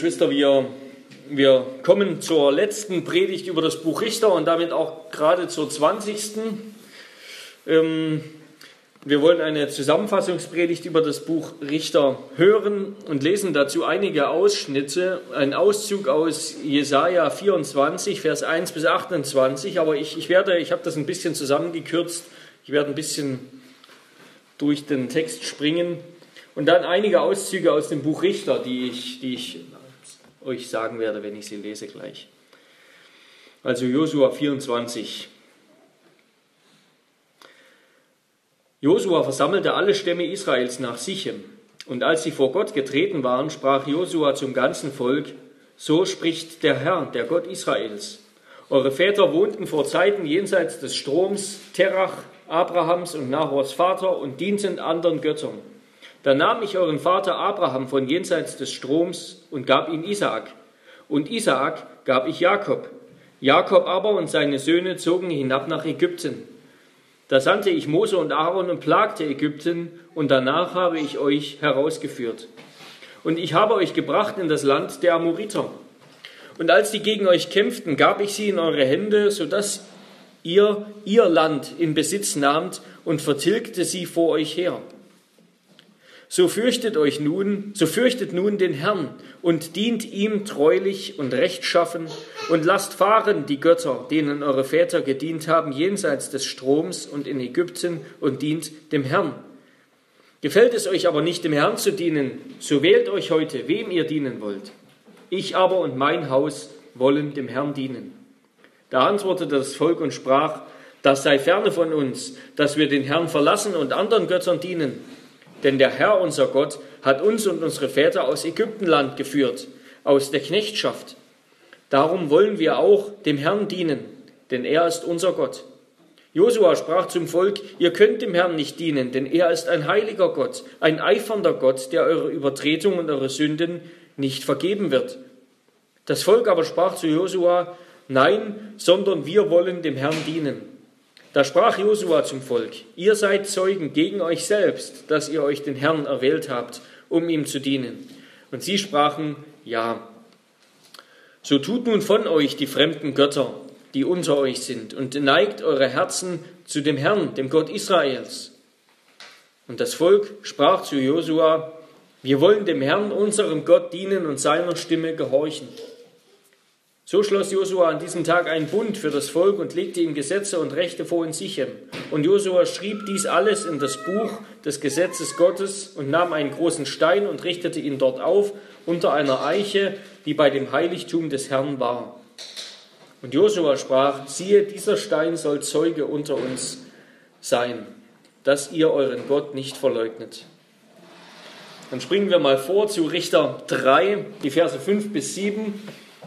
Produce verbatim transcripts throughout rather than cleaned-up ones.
Geschwister, wir, wir kommen zur letzten Predigt über das Buch Richter und damit auch gerade zur zwanzigsten. Ähm, wir wollen eine Zusammenfassungspredigt über das Buch Richter hören und lesen dazu einige Ausschnitte, ein Auszug aus Jesaja vierundzwanzig, Vers eins bis achtundzwanzig, aber ich, ich werde, ich habe das ein bisschen zusammengekürzt, ich werde ein bisschen durch den Text springen. Und dann einige Auszüge aus dem Buch Richter, die ich, die ich euch sagen werde, wenn ich sie lese gleich. Also Josua vierundzwanzig. Josua versammelte alle Stämme Israels nach Sichem. Und als sie vor Gott getreten waren, sprach Josua zum ganzen Volk: So spricht der Herr, der Gott Israels. Eure Väter wohnten vor Zeiten jenseits des Stroms, Terach, Abrahams und Nahors Vater, und dienten anderen Göttern. Da nahm ich euren Vater Abraham von jenseits des Stroms und gab ihm Isaak. Und Isaak gab ich Jakob. Jakob aber und seine Söhne zogen hinab nach Ägypten. Da sandte ich Mose und Aaron und plagte Ägypten, und danach habe ich euch herausgeführt. Und ich habe euch gebracht in das Land der Amoriter. Und als die gegen euch kämpften, gab ich sie in eure Hände, sodass ihr ihr Land in Besitz nahmt und vertilgte sie vor euch her. So fürchtet euch nun, so fürchtet nun den Herrn und dient ihm treulich und rechtschaffen und lasst fahren die Götter, denen eure Väter gedient haben, jenseits des Stroms und in Ägypten, und dient dem Herrn. Gefällt es euch aber nicht, dem Herrn zu dienen, so wählt euch heute, wem ihr dienen wollt. Ich aber und mein Haus wollen dem Herrn dienen. Da antwortete das Volk und sprach: Das sei ferne von uns, dass wir den Herrn verlassen und anderen Göttern dienen. Denn der Herr, unser Gott, hat uns und unsere Väter aus Ägyptenland geführt, aus der Knechtschaft. Darum wollen wir auch dem Herrn dienen, denn er ist unser Gott. Josua sprach zum Volk: Ihr könnt dem Herrn nicht dienen, denn er ist ein heiliger Gott, ein eifernder Gott, der eure Übertretungen und eure Sünden nicht vergeben wird. Das Volk aber sprach zu Josua: Nein, sondern wir wollen dem Herrn dienen. Da sprach Josua zum Volk: Ihr seid Zeugen gegen euch selbst, dass ihr euch den Herrn erwählt habt, um ihm zu dienen. Und sie sprachen: Ja. So tut nun von euch die fremden Götter, die unter euch sind, und neigt eure Herzen zu dem Herrn, dem Gott Israels. Und das Volk sprach zu Josua: Wir wollen dem Herrn, unserem Gott, dienen und seiner Stimme gehorchen. So schloss Josua an diesem Tag einen Bund für das Volk und legte ihm Gesetze und Rechte vor in Sichem. Und Josua schrieb dies alles in das Buch des Gesetzes Gottes und nahm einen großen Stein und richtete ihn dort auf unter einer Eiche, die bei dem Heiligtum des Herrn war. Und Josua sprach: Siehe, dieser Stein soll Zeuge unter uns sein, dass ihr euren Gott nicht verleugnet. Dann springen wir mal vor zu Richter drei, die Verse fünf bis sieben.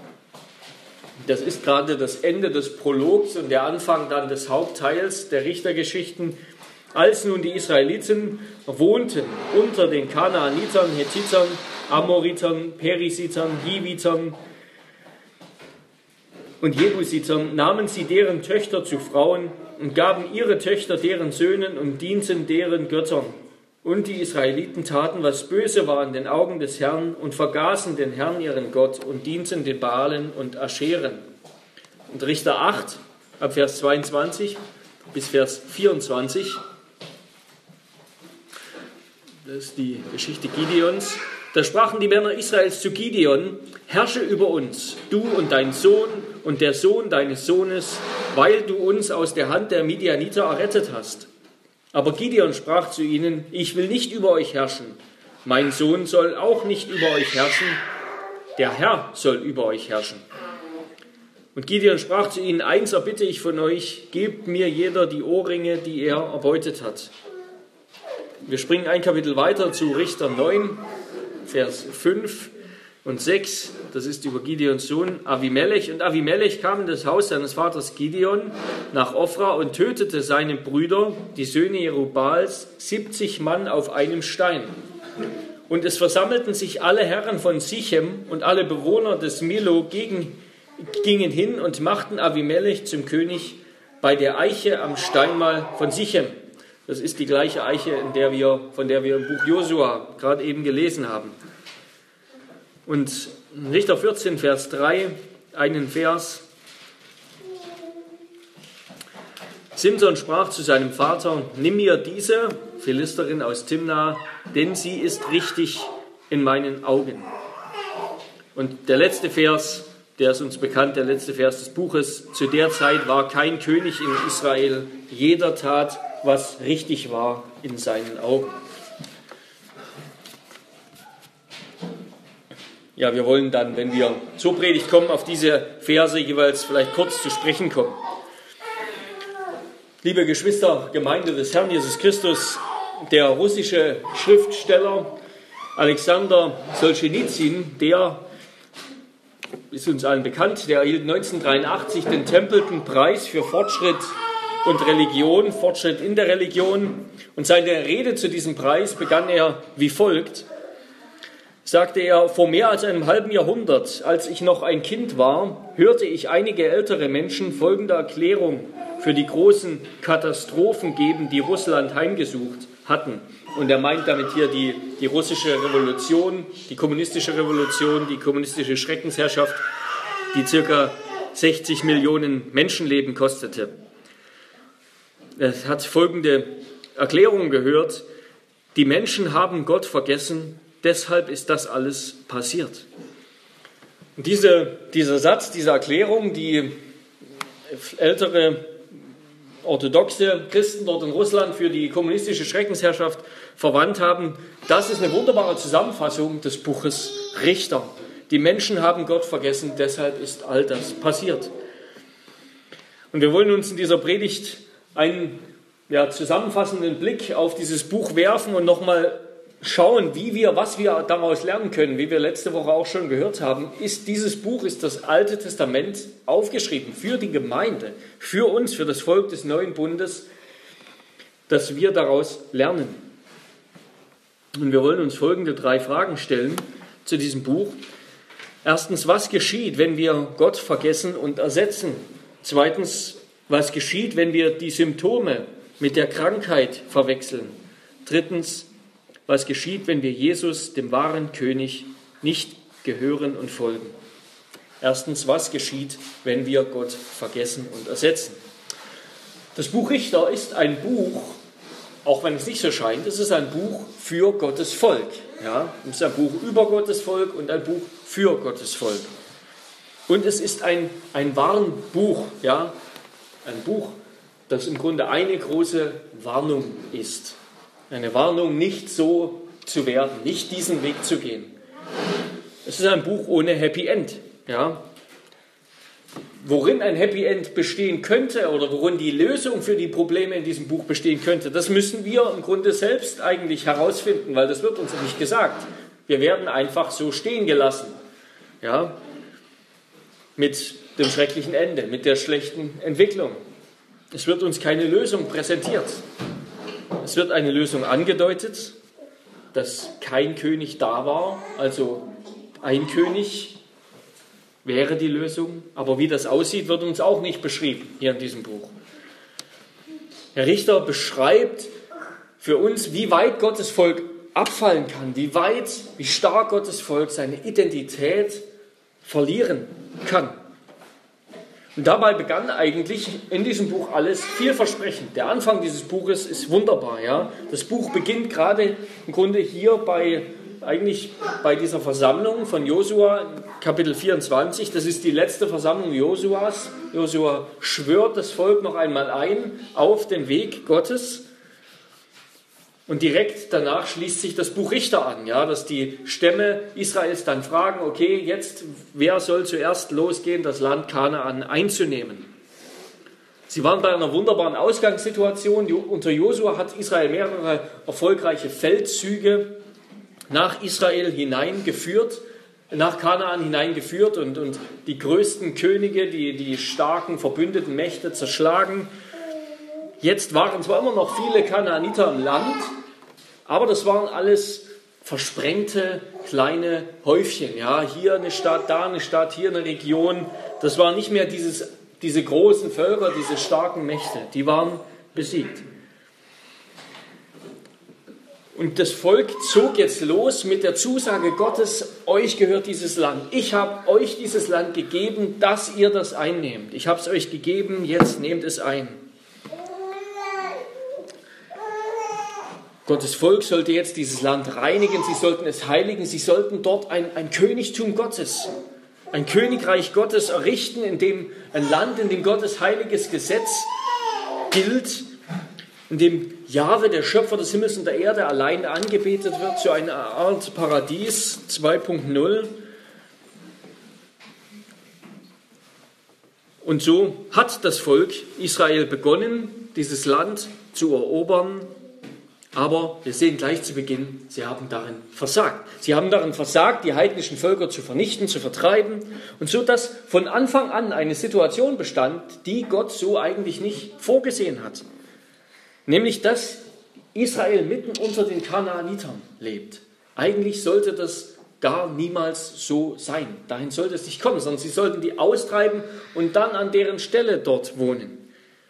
Das ist gerade das Ende des Prologs und der Anfang dann des Hauptteils der Richtergeschichten. Als nun die Israeliten wohnten unter den Kanaanitern, Hethitern, Amoritern, Perisitern, Hivitern und Jebusitern, nahmen sie deren Töchter zu Frauen und gaben ihre Töchter deren Söhnen und dienten deren Göttern. Und die Israeliten taten, was böse war in den Augen des Herrn, und vergaßen den Herrn, ihren Gott, und dienten den Baalen und Ascheren. Und Richter acht, ab Vers zweiundzwanzig bis Vers vierundzwanzig, das ist die Geschichte Gideons. Da sprachen die Männer Israels zu Gideon: Herrsche über uns, du und dein Sohn und der Sohn deines Sohnes, weil du uns aus der Hand der Midianiter errettet hast. Aber Gideon sprach zu ihnen: Ich will nicht über euch herrschen. Mein Sohn soll auch nicht über euch herrschen. Der Herr soll über euch herrschen. Und Gideon sprach zu ihnen: Eins erbitte ich von euch, gebt mir jeder die Ohrringe, die er erbeutet hat. Wir springen ein Kapitel weiter zu Richter neun, Vers fünf und sechs. Das ist über Gideons Sohn Avimelech. Und Avimelech kam in das Haus seines Vaters Gideon nach Ophra und tötete seine Brüder, die Söhne Jerubbaals, siebzig Mann auf einem Stein. Und es versammelten sich alle Herren von Sichem und alle Bewohner des Milo gegen, gingen hin und machten Avimelech zum König bei der Eiche am Steinmal von Sichem. Das ist die gleiche Eiche, in der wir, von der wir im Buch Josua gerade eben gelesen haben. Und Richter vierzehn, Vers drei, einen Vers. Simson sprach zu seinem Vater: Nimm mir diese Philisterin aus Timna, denn sie ist richtig in meinen Augen. Und der letzte Vers, der ist uns bekannt, der letzte Vers des Buches: Zu der Zeit war kein König in Israel, jeder tat, was richtig war in seinen Augen. Ja, wir wollen dann, wenn wir zur Predigt kommen, auf diese Verse jeweils vielleicht kurz zu sprechen kommen. Liebe Geschwister, Gemeinde des Herrn Jesus Christus, der russische Schriftsteller Alexander Solschenizyn, der ist uns allen bekannt, der erhielt neunzehnhundertdreiundachtzig den Templeton-Preis für Fortschritt und Religion, Fortschritt in der Religion. Und seine Rede zu diesem Preis begann er wie folgt. Sagte er: Vor mehr als einem halben Jahrhundert, als ich noch ein Kind war, hörte ich einige ältere Menschen folgende Erklärung für die großen Katastrophen geben, die Russland heimgesucht hatten. Und er meint damit hier die, die russische Revolution, die kommunistische Revolution, die kommunistische Schreckensherrschaft, die circa sechzig Millionen Menschenleben kostete. Er hat folgende Erklärung gehört: Die Menschen haben Gott vergessen, deshalb ist das alles passiert. Und diese, dieser Satz, diese Erklärung, die ältere orthodoxe Christen dort in Russland für die kommunistische Schreckensherrschaft verwandt haben, das ist eine wunderbare Zusammenfassung des Buches Richter. Die Menschen haben Gott vergessen, deshalb ist all das passiert. Und wir wollen uns in dieser Predigt einen ja, zusammenfassenden Blick auf dieses Buch werfen und nochmal schauen, wie wir, was wir daraus lernen können. Wie wir letzte Woche auch schon gehört haben, ist dieses Buch, ist das Alte Testament aufgeschrieben für die Gemeinde, für uns, für das Volk des neuen Bundes, dass wir daraus lernen. Und wir wollen uns folgende drei Fragen stellen zu diesem Buch. Erstens, was geschieht, wenn wir Gott vergessen und ersetzen? Zweitens, was geschieht, wenn wir die Symptome mit der Krankheit verwechseln? Drittens, was geschieht, wenn wir Jesus, dem wahren König, nicht gehören und folgen? Erstens, was geschieht, wenn wir Gott vergessen und ersetzen? Das Buch Richter ist ein Buch, auch wenn es nicht so scheint, es ist ein Buch für Gottes Volk. Ja, es ist ein Buch über Gottes Volk und ein Buch für Gottes Volk. Und es ist ein, ein Warnbuch, ja, ein Buch, das im Grunde eine große Warnung ist. Eine Warnung, nicht so zu werden, nicht diesen Weg zu gehen. Es ist ein Buch ohne Happy End. Ja. Worin ein Happy End bestehen könnte oder worin die Lösung für die Probleme in diesem Buch bestehen könnte, das müssen wir im Grunde selbst eigentlich herausfinden, weil das wird uns nicht gesagt. Wir werden einfach so stehen gelassen. Ja. Mit dem schrecklichen Ende, mit der schlechten Entwicklung. Es wird uns keine Lösung präsentiert. Es wird eine Lösung angedeutet, dass kein König da war, also ein König wäre die Lösung, aber wie das aussieht, wird uns auch nicht beschrieben hier in diesem Buch. Der Richter beschreibt für uns, wie weit Gottes Volk abfallen kann, wie weit, wie stark Gottes Volk seine Identität verlieren kann. Und dabei begann eigentlich in diesem Buch alles vielversprechend. Der Anfang dieses Buches ist wunderbar. Ja? Das Buch beginnt gerade im Grunde hier bei, eigentlich bei dieser Versammlung von Josua, Kapitel vierundzwanzig. Das ist die letzte Versammlung Josuas. Josua schwört das Volk noch einmal ein auf den Weg Gottes. Und direkt danach schließt sich das Buch Richter an, ja, dass die Stämme Israels dann fragen, okay, jetzt, wer soll zuerst losgehen, das Land Kanaan einzunehmen? Sie waren bei einer wunderbaren Ausgangssituation. Unter Josua hat Israel mehrere erfolgreiche Feldzüge nach Israel hineingeführt, nach Kanaan hineingeführt und, und die größten Könige, die, die starken verbündeten Mächte zerschlagen. Jetzt waren zwar immer noch viele Kanaaniter im Land, aber das waren alles versprengte kleine Häufchen. Ja, hier eine Stadt, da eine Stadt, hier eine Region. Das waren nicht mehr dieses, diese großen Völker, diese starken Mächte. Die waren besiegt. Und das Volk zog jetzt los mit der Zusage Gottes, euch gehört dieses Land. Ich habe euch dieses Land gegeben, dass ihr das einnehmt. Ich habe es euch gegeben, jetzt nehmt es ein. Gottes Volk sollte jetzt dieses Land reinigen, sie sollten es heiligen, sie sollten dort ein, ein Königtum Gottes, ein Königreich Gottes errichten, in dem ein Land, in dem Gottes heiliges Gesetz gilt, in dem Jahwe, der Schöpfer des Himmels und der Erde, allein angebetet wird, zu einer Art Paradies zwei Punkt null. Und so hat das Volk Israel begonnen, dieses Land zu erobern. Aber wir sehen gleich zu Beginn, sie haben darin versagt. Sie haben darin versagt, die heidnischen Völker zu vernichten, zu vertreiben. Und so, dass von Anfang an eine Situation bestand, die Gott so eigentlich nicht vorgesehen hat. Nämlich, dass Israel mitten unter den Kanaanitern lebt. Eigentlich sollte das gar niemals so sein. Dahin sollte es nicht kommen, sondern sie sollten die austreiben und dann an deren Stelle dort wohnen.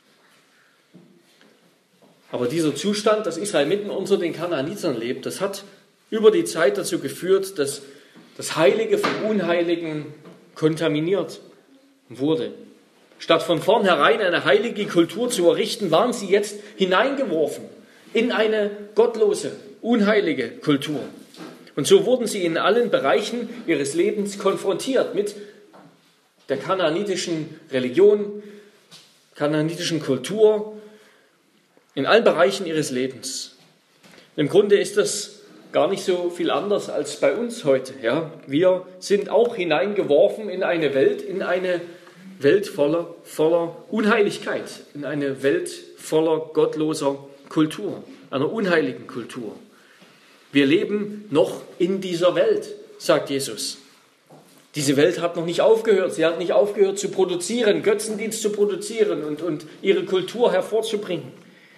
Aber dieser Zustand, dass Israel mitten unter den Kanaanitern lebt, das hat über die Zeit dazu geführt, dass das Heilige vom Unheiligen kontaminiert wurde. Statt von vornherein eine heilige Kultur zu errichten, waren sie jetzt hineingeworfen in eine gottlose, unheilige Kultur. Und so wurden sie in allen Bereichen ihres Lebens konfrontiert mit der kanaanitischen Religion, kanaanitischen Kultur, in allen Bereichen ihres Lebens. Im Grunde ist das gar nicht so viel anders als bei uns heute. Ja? Wir sind auch hineingeworfen in eine Welt, in eine Welt voller, voller Unheiligkeit, in eine Welt voller gottloser Kultur, einer unheiligen Kultur. Wir leben noch in dieser Welt, sagt Jesus. Diese Welt hat noch nicht aufgehört. Sie hat nicht aufgehört zu produzieren, Götzendienst zu produzieren und, und ihre Kultur hervorzubringen.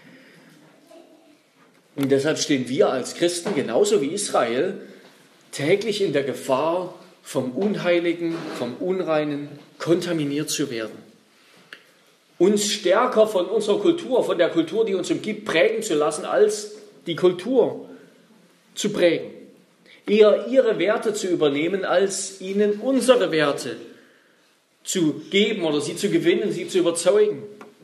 Und deshalb stehen wir als Christen, genauso wie Israel, täglich in der Gefahr, vom Unheiligen, vom Unreinen kontaminiert zu werden. Uns stärker von unserer Kultur, von der Kultur, die uns umgibt, prägen zu lassen, als die Kultur zu prägen. Eher ihre Werte zu übernehmen, als ihnen unsere Werte zu geben oder sie zu gewinnen, sie zu überzeugen.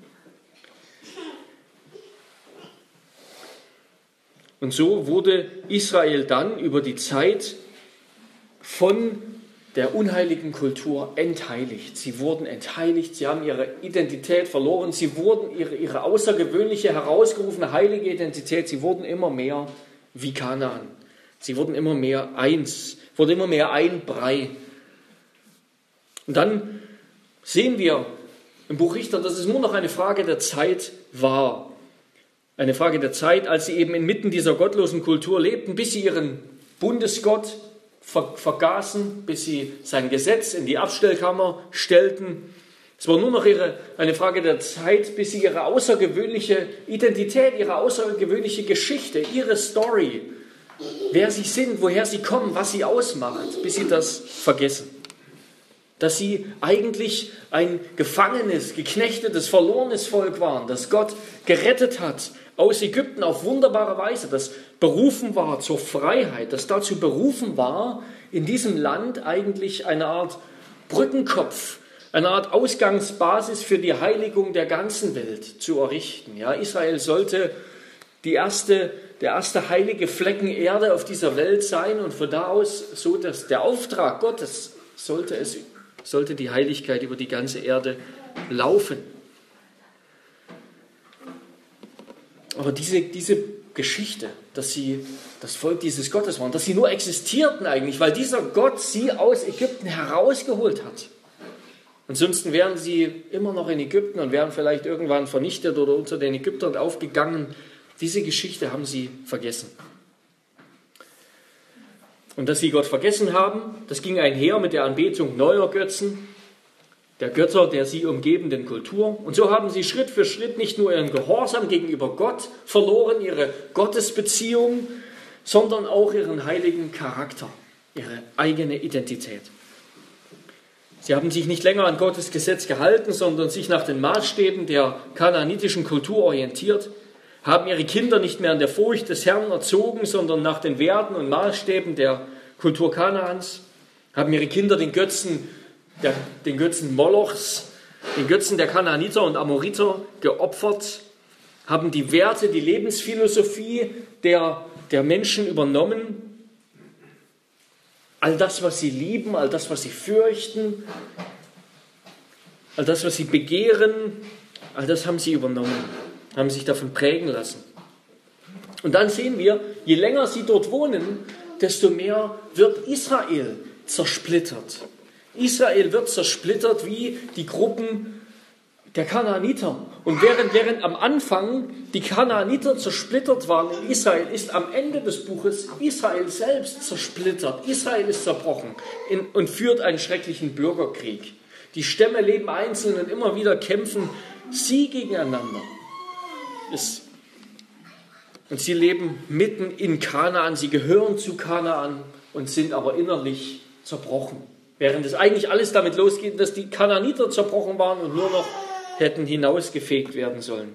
Und so wurde Israel dann über die Zeit von der unheiligen Kultur entheiligt. Sie wurden entheiligt, sie haben ihre Identität verloren, sie wurden ihre, ihre außergewöhnliche, herausgerufene, heilige Identität, sie wurden immer mehr wie Kanaan. Sie wurden immer mehr eins, wurde immer mehr ein Brei. Und dann sehen wir im Buch Richter, dass es nur noch eine Frage der Zeit war. Eine Frage der Zeit, als sie eben inmitten dieser gottlosen Kultur lebten, bis sie ihren Bundesgott ver- vergaßen, bis sie sein Gesetz in die Abstellkammer stellten. Es war nur noch ihre, eine Frage der Zeit, bis sie ihre außergewöhnliche Identität, ihre außergewöhnliche Geschichte, ihre Story, wer sie sind, woher sie kommen, was sie ausmacht, bis sie das vergessen. Dass sie eigentlich ein gefangenes, geknechtetes, verlorenes Volk waren, das Gott gerettet hat aus Ägypten auf wunderbare Weise, das berufen war zur Freiheit, das dazu berufen war, in diesem Land eigentlich eine Art Brückenkopf, eine Art Ausgangsbasis für die Heiligung der ganzen Welt zu errichten. Ja, Israel sollte die erste, der erste heilige Flecken Erde auf dieser Welt sein und von da aus, so dass der Auftrag Gottes sollte es sollte die Heiligkeit über die ganze Erde laufen. Aber diese, diese Geschichte, dass sie das Volk dieses Gottes waren, dass sie nur existierten eigentlich, weil dieser Gott sie aus Ägypten herausgeholt hat. Ansonsten wären sie immer noch in Ägypten und wären vielleicht irgendwann vernichtet oder unter den Ägyptern aufgegangen. Diese Geschichte haben sie vergessen. Und dass sie Gott vergessen haben, das ging einher mit der Anbetung neuer Götzen, der Götter der sie umgebenden Kultur. Und so haben sie Schritt für Schritt nicht nur ihren Gehorsam gegenüber Gott verloren, ihre Gottesbeziehung, sondern auch ihren heiligen Charakter, ihre eigene Identität. Sie haben sich nicht länger an Gottes Gesetz gehalten, sondern sich nach den Maßstäben der kanaanitischen Kultur orientiert, haben ihre Kinder nicht mehr in der Furcht des Herrn erzogen, sondern nach den Werten und Maßstäben der Kultur Kanaans, haben ihre Kinder den Götzen, der, den Götzen Molochs, den Götzen der Kanaaniter und Amoriter geopfert, haben die Werte, die Lebensphilosophie der, der Menschen übernommen. All das, was sie lieben, all das, was sie fürchten, all das, was sie begehren, all das haben sie übernommen, haben sich davon prägen lassen. Und dann sehen wir, je länger sie dort wohnen, desto mehr wird Israel zersplittert. Israel wird zersplittert wie die Gruppen der Kanaaniter. Und während, während am Anfang die Kanaaniter zersplittert waren in Israel, ist am Ende des Buches Israel selbst zersplittert. Israel ist zerbrochen in, und führt einen schrecklichen Bürgerkrieg. Die Stämme leben einzeln und immer wieder kämpfen sie gegeneinander. Es, und sie leben mitten in Kanaan, sie gehören zu Kanaan und sind aber innerlich zerbrochen. Während es eigentlich alles damit losgeht, dass die Kanaaniter zerbrochen waren und nur noch hätten hinausgefegt werden sollen.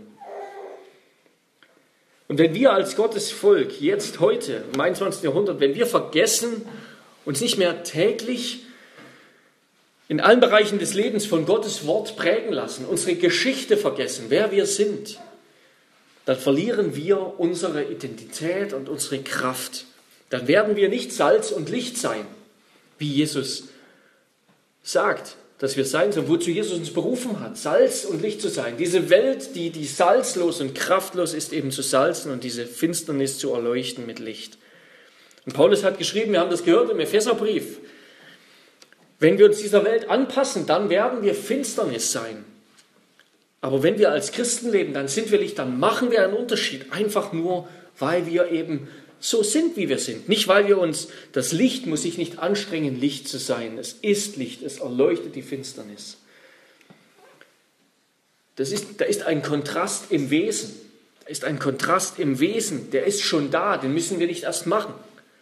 Und wenn wir als Gottes Volk jetzt heute im einundzwanzigsten Jahrhundert, wenn wir vergessen, uns nicht mehr täglich in allen Bereichen des Lebens von Gottes Wort prägen lassen, unsere Geschichte vergessen, wer wir sind, dann verlieren wir unsere Identität und unsere Kraft. Dann werden wir nicht Salz und Licht sein, wie Jesus sagt, dass wir sein sollen, wozu Jesus uns berufen hat, Salz und Licht zu sein. Diese Welt, die, die salzlos und kraftlos ist, eben zu salzen und diese Finsternis zu erleuchten mit Licht. Und Paulus hat geschrieben, wir haben das gehört im Epheserbrief, wenn wir uns dieser Welt anpassen, dann werden wir Finsternis sein. Aber wenn wir als Christen leben, dann sind wir Licht, dann machen wir einen Unterschied, einfach nur, weil wir eben so sind, wie wir sind. Nicht, weil wir uns, das Licht muss sich nicht anstrengen, Licht zu sein. Es ist Licht, es erleuchtet die Finsternis. Das ist, da ist ein Kontrast im Wesen. Da ist ein Kontrast im Wesen, der ist schon da, den müssen wir nicht erst machen.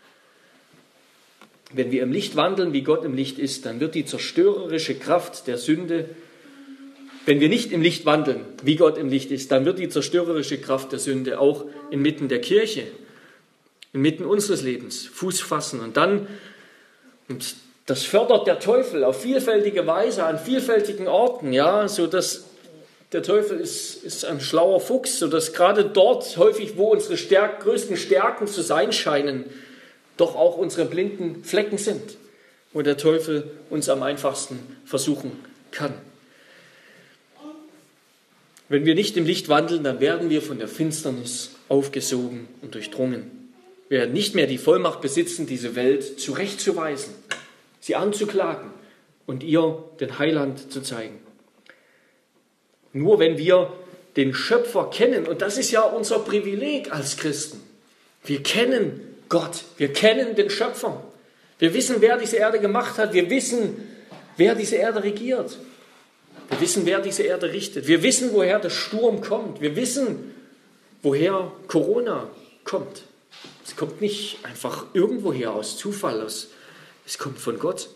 Wenn wir im Licht wandeln, wie Gott im Licht ist, dann wird die zerstörerische Kraft der Sünde, wenn wir nicht im Licht wandeln, wie Gott im Licht ist, dann wird die zerstörerische Kraft der Sünde auch inmitten der Kirche, inmitten unseres Lebens Fuß fassen. Und dann, und das fördert der Teufel auf vielfältige Weise an vielfältigen Orten, ja, so dass der Teufel ist, ist ein schlauer Fuchs, so dass gerade dort häufig, wo unsere stärk, größten Stärken zu sein scheinen, doch auch unsere blinden Flecken sind, wo der Teufel uns am einfachsten versuchen kann. Wenn wir nicht im Licht wandeln, dann werden wir von der Finsternis aufgesogen und durchdrungen. Wir werden nicht mehr die Vollmacht besitzen, diese Welt zurechtzuweisen, sie anzuklagen und ihr den Heiland zu zeigen. Nur wenn wir den Schöpfer kennen, und das ist ja unser Privileg als Christen, wir kennen Gott, wir kennen den Schöpfer, wir wissen, wer diese Erde gemacht hat, wir wissen, wer diese Erde regiert, wir wissen, wer diese Erde richtet, wir wissen, woher der Sturm kommt, wir wissen, woher Corona kommt. Es kommt nicht einfach irgendwoher aus Zufall, aus, es kommt von Gott.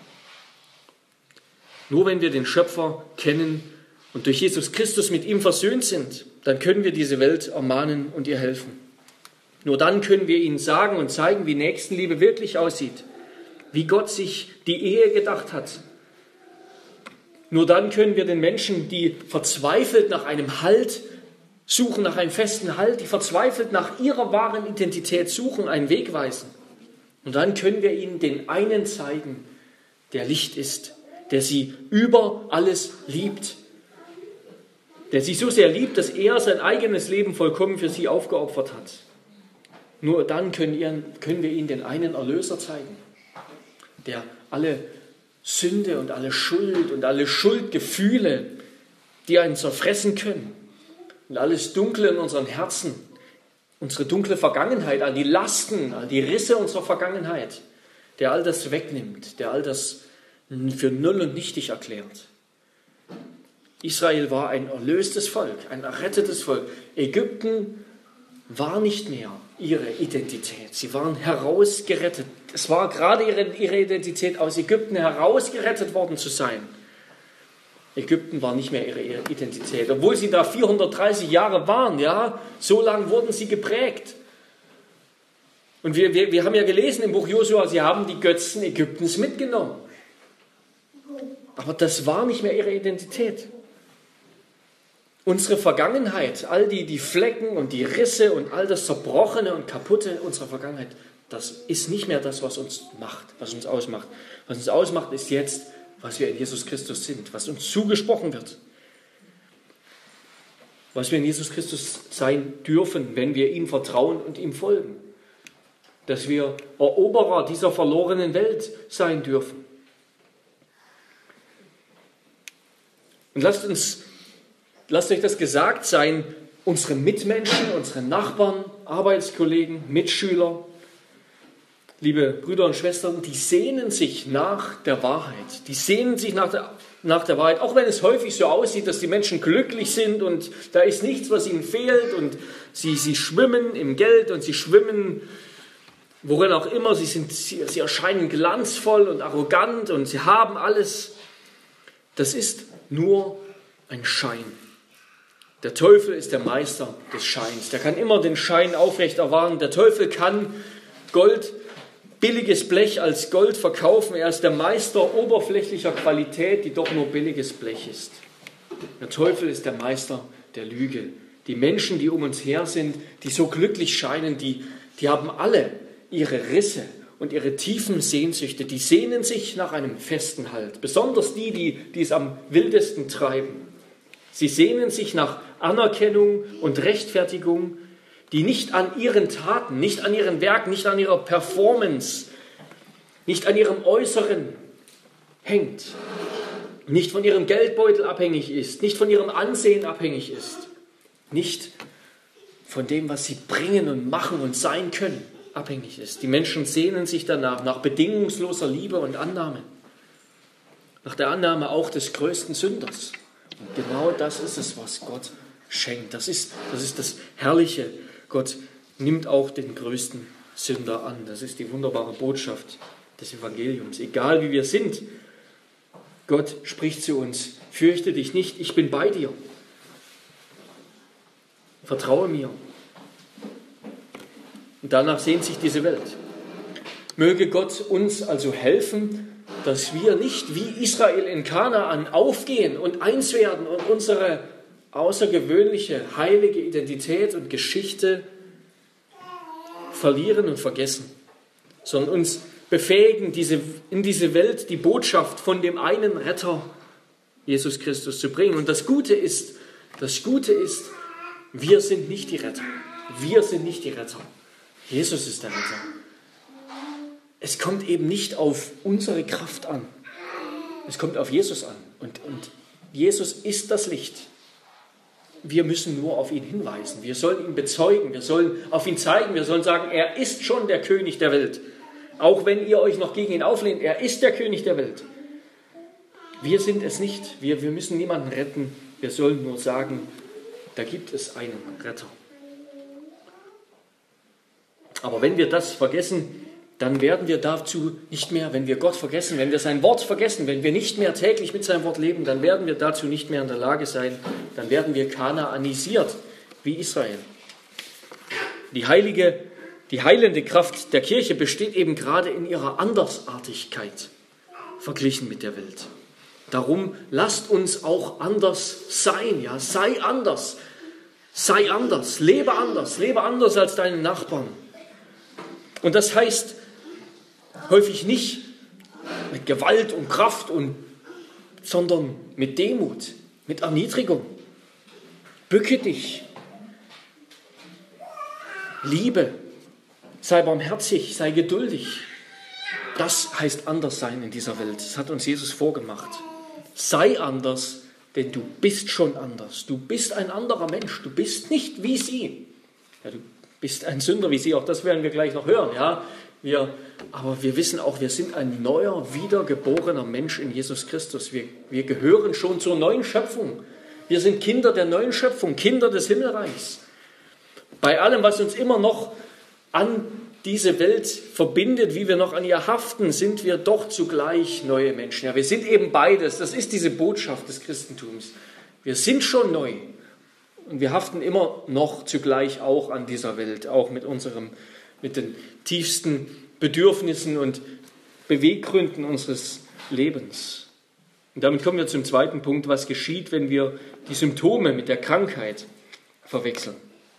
Nur wenn wir den Schöpfer kennen und durch Jesus Christus mit ihm versöhnt sind, dann können wir diese Welt ermahnen und ihr helfen. Nur dann können wir ihnen sagen und zeigen, wie Nächstenliebe wirklich aussieht, wie Gott sich die Ehe gedacht hat. Nur dann können wir den Menschen, die verzweifelt nach einem Halt suchen, nach einem festen Halt, die verzweifelt nach ihrer wahren Identität suchen, einen Weg weisen. Und dann können wir ihnen den einen zeigen, der Licht ist, der sie über alles liebt, der sie so sehr liebt, dass er sein eigenes Leben vollkommen für sie aufgeopfert hat. Nur dann können, ihren, können wir ihnen den einen Erlöser zeigen, der alle Sünde und alle Schuld und alle Schuldgefühle, die einen zerfressen können, und alles Dunkle in unseren Herzen, unsere dunkle Vergangenheit, all die Lasten, all die Risse unserer Vergangenheit, der all das wegnimmt, der all das für null und nichtig erklärt. Israel war ein erlöstes Volk, ein errettetes Volk. Ägypten war nicht mehr ihre Identität. Sie waren herausgerettet. Es war gerade ihre, ihre Identität, aus Ägypten herausgerettet worden zu sein. Ägypten war nicht mehr ihre Identität. Obwohl sie da vierhundertdreißig Jahre waren, ja, so lange wurden sie geprägt. Und wir, wir, wir haben ja gelesen im Buch Josua, sie haben die Götzen Ägyptens mitgenommen. Aber das war nicht mehr ihre Identität. Unsere Vergangenheit, all die, die Flecken und die Risse und all das Zerbrochene und Kaputte unserer Vergangenheit, das ist nicht mehr das, was uns macht, was uns ausmacht. Was uns ausmacht, ist jetzt, was wir in Jesus Christus sind, was uns zugesprochen wird. Was wir in Jesus Christus sein dürfen, wenn wir ihm vertrauen und ihm folgen. Dass wir Eroberer dieser verlorenen Welt sein dürfen. Und lasst uns, lasst euch das gesagt sein, unsere Mitmenschen, unsere Nachbarn, Arbeitskollegen, Mitschüler, liebe Brüder und Schwestern, die sehnen sich nach der Wahrheit. Die sehnen sich nach der, nach der Wahrheit, auch wenn es häufig so aussieht, dass die Menschen glücklich sind und da ist nichts, was ihnen fehlt und sie, sie schwimmen im Geld und sie schwimmen worin auch immer, sie, sind, sie, sie erscheinen glanzvoll und arrogant und sie haben alles. Das ist nur ein Schein. Der Teufel ist der Meister des Scheins. Der kann immer den Schein aufrechterwahren. Der Teufel kann Gold, billiges Blech als Gold verkaufen. Er ist der Meister oberflächlicher Qualität, die doch nur billiges Blech ist. Der Teufel ist der Meister der Lüge. Die Menschen, die um uns her sind, die so glücklich scheinen, die, die haben alle ihre Risse und ihre tiefen Sehnsüchte, die sehnen sich nach einem festen Halt. Besonders die, die, die es am wildesten treiben. Sie sehnen sich nach Anerkennung und Rechtfertigung, die nicht an ihren Taten, nicht an ihren Werken, nicht an ihrer Performance, nicht an ihrem Äußeren hängt, nicht von ihrem Geldbeutel abhängig ist, nicht von ihrem Ansehen abhängig ist, nicht von dem, was sie bringen und machen und sein können, abhängig ist. Die Menschen sehnen sich danach, nach bedingungsloser Liebe und Annahme, nach der Annahme auch des größten Sünders. Und genau das ist es, was Gott schenkt. Das ist, das ist das Herrliche. Gott nimmt auch den größten Sünder an. Das ist die wunderbare Botschaft des Evangeliums. Egal wie wir sind, Gott spricht zu uns: Fürchte dich nicht, ich bin bei dir. Vertraue mir. Und danach sehnt sich diese Welt. Möge Gott uns also helfen, dass wir nicht wie Israel in Kanaan aufgehen und eins werden und unsere außergewöhnliche, heilige Identität und Geschichte verlieren und vergessen, sondern uns befähigen, diese, in diese Welt die Botschaft von dem einen Retter, Jesus Christus, zu bringen. Und das Gute ist, das Gute ist, wir sind nicht die Retter. Wir sind nicht die Retter. Jesus ist der Retter. Es kommt eben nicht auf unsere Kraft an. Es kommt auf Jesus an. Und, und Jesus ist das Licht. Wir müssen nur auf ihn hinweisen. Wir sollen ihn bezeugen. Wir sollen auf ihn zeigen. Wir sollen sagen, er ist schon der König der Welt. Auch wenn ihr euch noch gegen ihn auflehnt, er ist der König der Welt. Wir sind es nicht. Wir, wir müssen niemanden retten. Wir sollen nur sagen, da gibt es einen Retter. Aber wenn wir das vergessen, dann werden wir dazu nicht mehr, wenn wir Gott vergessen, wenn wir sein Wort vergessen, wenn wir nicht mehr täglich mit seinem Wort leben, dann werden wir dazu nicht mehr in der Lage sein, dann werden wir kanaanisiert wie Israel. Die heilige, die heilende Kraft der Kirche besteht eben gerade in ihrer Andersartigkeit, verglichen mit der Welt. Darum lasst uns auch anders sein, ja, sei anders, sei anders, lebe anders, lebe anders als deine Nachbarn. Und das heißt häufig nicht mit Gewalt und Kraft, und, sondern mit Demut, mit Erniedrigung. Bücke dich. Liebe. Sei barmherzig, sei geduldig. Das heißt anders sein in dieser Welt. Das hat uns Jesus vorgemacht. Sei anders, denn du bist schon anders. Du bist ein anderer Mensch. Du bist nicht wie sie. Ja, du bist ein Sünder wie sie, auch das werden wir gleich noch hören. Ja? Wir, aber wir wissen auch, wir sind ein neuer, wiedergeborener Mensch in Jesus Christus. Wir, wir gehören schon zur neuen Schöpfung. Wir sind Kinder der neuen Schöpfung, Kinder des Himmelreichs. Bei allem, was uns immer noch an, diese Welt verbindet, wie wir noch an ihr haften, sind wir doch zugleich neue Menschen. Ja, wir sind eben beides. Das ist diese Botschaft des Christentums. Wir sind schon neu und wir haften immer noch zugleich auch an dieser Welt, auch mit unserem, mit den tiefsten Bedürfnissen und Beweggründen unseres Lebens. Und damit kommen wir zum zweiten Punkt, was geschieht, wenn wir die Symptome mit der Krankheit verwechseln.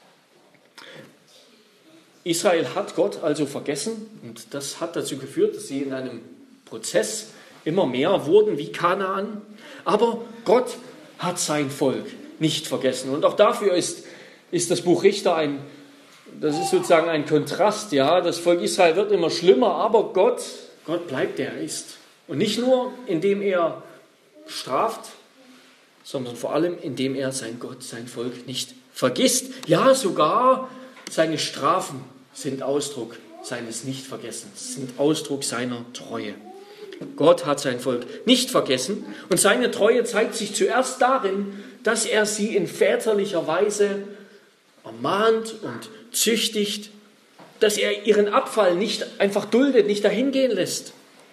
Israel hat Gott also vergessen und das hat dazu geführt, dass sie in einem Prozess immer mehr wurden wie Kanaan. Aber Gott hat sein Volk nicht vergessen. Und auch dafür ist, ist das Buch Richter ein, das ist sozusagen ein Kontrast. Ja, das Volk Israel wird immer schlimmer, aber Gott, Gott bleibt, der er ist. Und nicht nur, indem er straft, sondern vor allem, indem er sein Gott, sein Volk nicht vergisst. Ja, sogar seine Strafen sind Ausdruck seines Nichtvergessens, sind Ausdruck seiner Treue. Gott hat sein Volk nicht vergessen und seine Treue zeigt sich zuerst darin, dass er sie in väterlicher Weise ermahnt und züchtigt, dass er ihren Abfall nicht einfach duldet, nicht dahingehen lässt,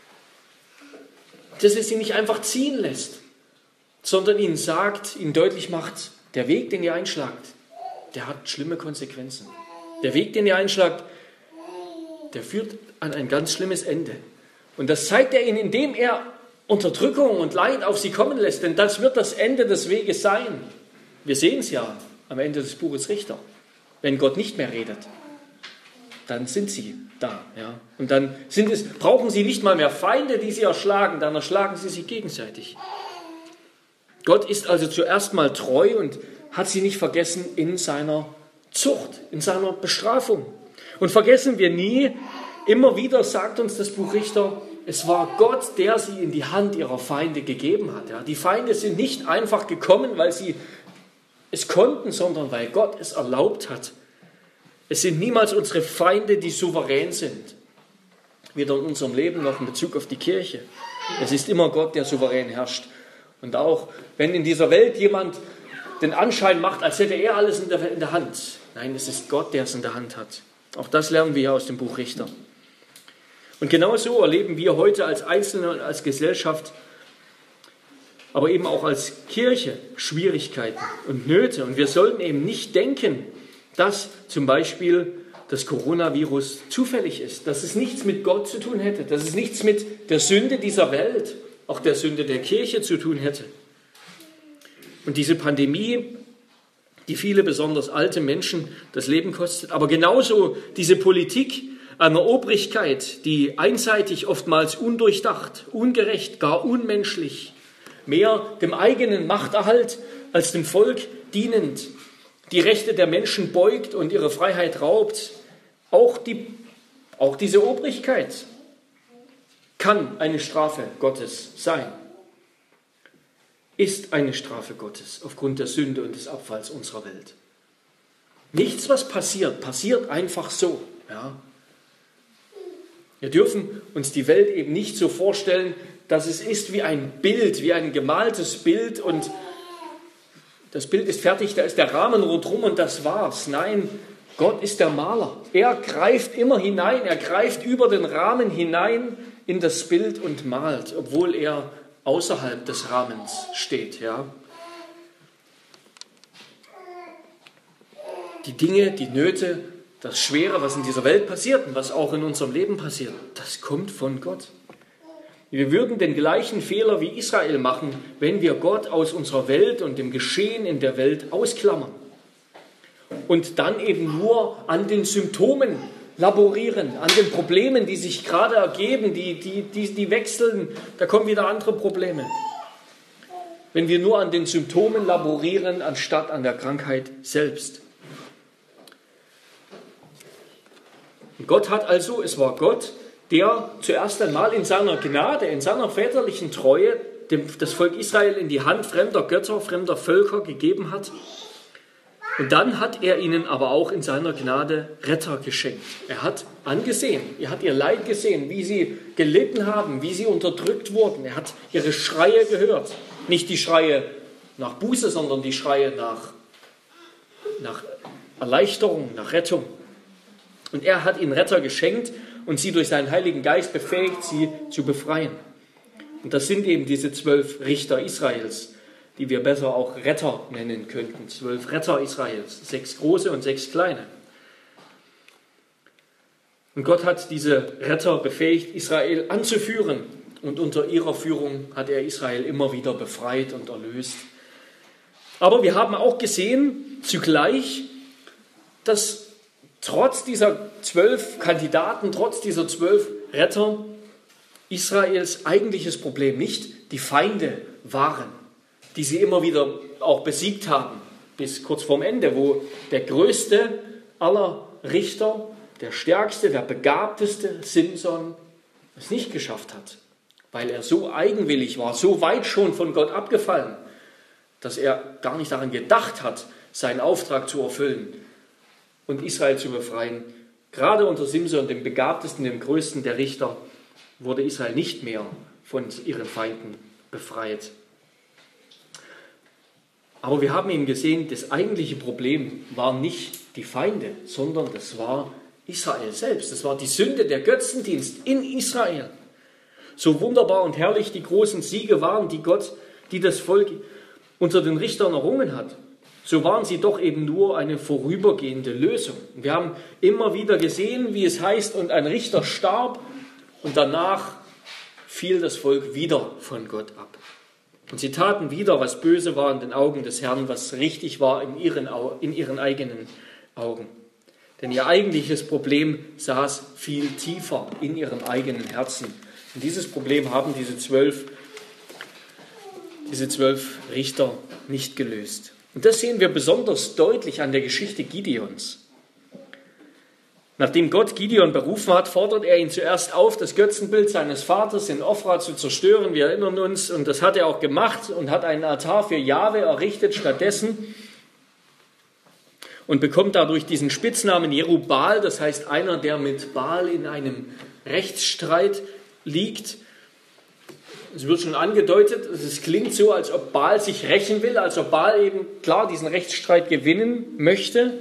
dass er sie nicht einfach ziehen lässt, sondern ihnen sagt, ihnen deutlich macht, der Weg, den ihr einschlagt, der hat schlimme Konsequenzen. Der Weg, den ihr einschlagt, der führt an ein ganz schlimmes Ende. Und das zeigt er ihnen, indem er Unterdrückung und Leid auf sie kommen lässt. Denn das wird das Ende des Weges sein. Wir sehen es ja am Ende des Buches Richter. Wenn Gott nicht mehr redet, dann sind sie da. Ja? Und dann sind es, brauchen sie nicht mal mehr Feinde, die sie erschlagen, dann erschlagen sie sich gegenseitig. Gott ist also zuerst mal treu und hat sie nicht vergessen in seiner Zucht, in seiner Bestrafung. Und vergessen wir nie, immer wieder sagt uns das Buch Richter, es war Gott, der sie in die Hand ihrer Feinde gegeben hat. Ja, die Feinde sind nicht einfach gekommen, weil sie es konnten, sondern weil Gott es erlaubt hat. Es sind niemals unsere Feinde, die souverän sind. Weder in unserem Leben noch in Bezug auf die Kirche. Es ist immer Gott, der souverän herrscht. Und auch wenn in dieser Welt jemand den Anschein macht, als hätte er alles in der, in der Hand. Nein, es ist Gott, der es in der Hand hat. Auch das lernen wir ja aus dem Buch Richter. Und genau so erleben wir heute als Einzelne und als Gesellschaft, aber eben auch als Kirche Schwierigkeiten und Nöte. Und wir sollten eben nicht denken, dass zum Beispiel das Coronavirus zufällig ist, dass es nichts mit Gott zu tun hätte, dass es nichts mit der Sünde dieser Welt, auch der Sünde der Kirche zu tun hätte. Und diese Pandemie, die viele besonders alte Menschen das Leben kostet, aber genauso diese Politik einer Obrigkeit, die einseitig, oftmals undurchdacht, ungerecht, gar unmenschlich, mehr dem eigenen Machterhalt als dem Volk dienend, die Rechte der Menschen beugt und ihre Freiheit raubt, auch, die, auch diese Obrigkeit kann eine Strafe Gottes sein. Ist eine Strafe Gottes aufgrund der Sünde und des Abfalls unserer Welt. Nichts, was passiert, passiert einfach so. Ja. Wir dürfen uns die Welt eben nicht so vorstellen, dass es ist wie ein Bild, wie ein gemaltes Bild und das Bild ist fertig, da ist der Rahmen rundherum und das war's. Nein, Gott ist der Maler. Er greift immer hinein, er greift über den Rahmen hinein in das Bild und malt, obwohl er außerhalb des Rahmens steht. Ja. Die Dinge, die Nöte, das Schwere, was in dieser Welt passiert und was auch in unserem Leben passiert, das kommt von Gott. Wir würden den gleichen Fehler wie Israel machen, wenn wir Gott aus unserer Welt und dem Geschehen in der Welt ausklammern und dann eben nur an den Symptomen laborieren, an den Problemen, die sich gerade ergeben, die, die, die, die wechseln, da kommen wieder andere Probleme. Wenn wir nur an den Symptomen laborieren, anstatt an der Krankheit selbst. Und Gott hat also, es war Gott, der zuerst einmal in seiner Gnade, in seiner väterlichen Treue dem, das Volk Israel in die Hand fremder Götter, fremder Völker gegeben hat. Und dann hat er ihnen aber auch in seiner Gnade Retter geschenkt. Er hat angesehen, er hat ihr Leid gesehen, wie sie gelitten haben, wie sie unterdrückt wurden. Er hat ihre Schreie gehört. Nicht die Schreie nach Buße, sondern die Schreie nach, nach Erleichterung, nach Rettung. Und er hat ihnen Retter geschenkt und sie durch seinen Heiligen Geist befähigt, sie zu befreien. Und das sind eben diese zwölf Richter Israels, die wir besser auch Retter nennen könnten. Zwölf Retter Israels, sechs große und sechs kleine. Und Gott hat diese Retter befähigt, Israel anzuführen. Und unter ihrer Führung hat er Israel immer wieder befreit und erlöst. Aber wir haben auch gesehen, zugleich, dass trotz dieser zwölf Kandidaten, trotz dieser zwölf Retter, Israels eigentliches Problem nicht die Feinde waren, die sie immer wieder auch besiegt haben, bis kurz vorm Ende, wo der größte aller Richter, der stärkste, der begabteste Simson es nicht geschafft hat, weil er so eigenwillig war, so weit schon von Gott abgefallen, dass er gar nicht daran gedacht hat, seinen Auftrag zu erfüllen und Israel zu befreien. Gerade unter Simson, dem begabtesten, dem größten der Richter, wurde Israel nicht mehr von ihren Feinden befreit. Aber wir haben eben gesehen, das eigentliche Problem waren nicht die Feinde, sondern das war Israel selbst. Das war die Sünde, der Götzendienst in Israel. So wunderbar und herrlich die großen Siege waren, die Gott, die das Volk unter den Richtern errungen hat, so waren sie doch eben nur eine vorübergehende Lösung. Wir haben immer wieder gesehen, wie es heißt, und ein Richter starb und danach fiel das Volk wieder von Gott ab. Und sie taten wieder, was böse war in den Augen des Herrn, was richtig war in ihren, in ihren eigenen Augen. Denn ihr eigentliches Problem saß viel tiefer in ihrem eigenen Herzen. Und dieses Problem haben diese zwölf, diese zwölf Richter nicht gelöst. Und das sehen wir besonders deutlich an der Geschichte Gideons. Nachdem Gott Gideon berufen hat, fordert er ihn zuerst auf, das Götzenbild seines Vaters in Ofra zu zerstören. Wir erinnern uns, und das hat er auch gemacht und hat einen Altar für Jahwe errichtet stattdessen und bekommt dadurch diesen Spitznamen Jerubbaal, das heißt einer, der mit Baal in einem Rechtsstreit liegt. Es wird schon angedeutet, es klingt so, als ob Baal sich rächen will, als ob Baal eben klar diesen Rechtsstreit gewinnen möchte.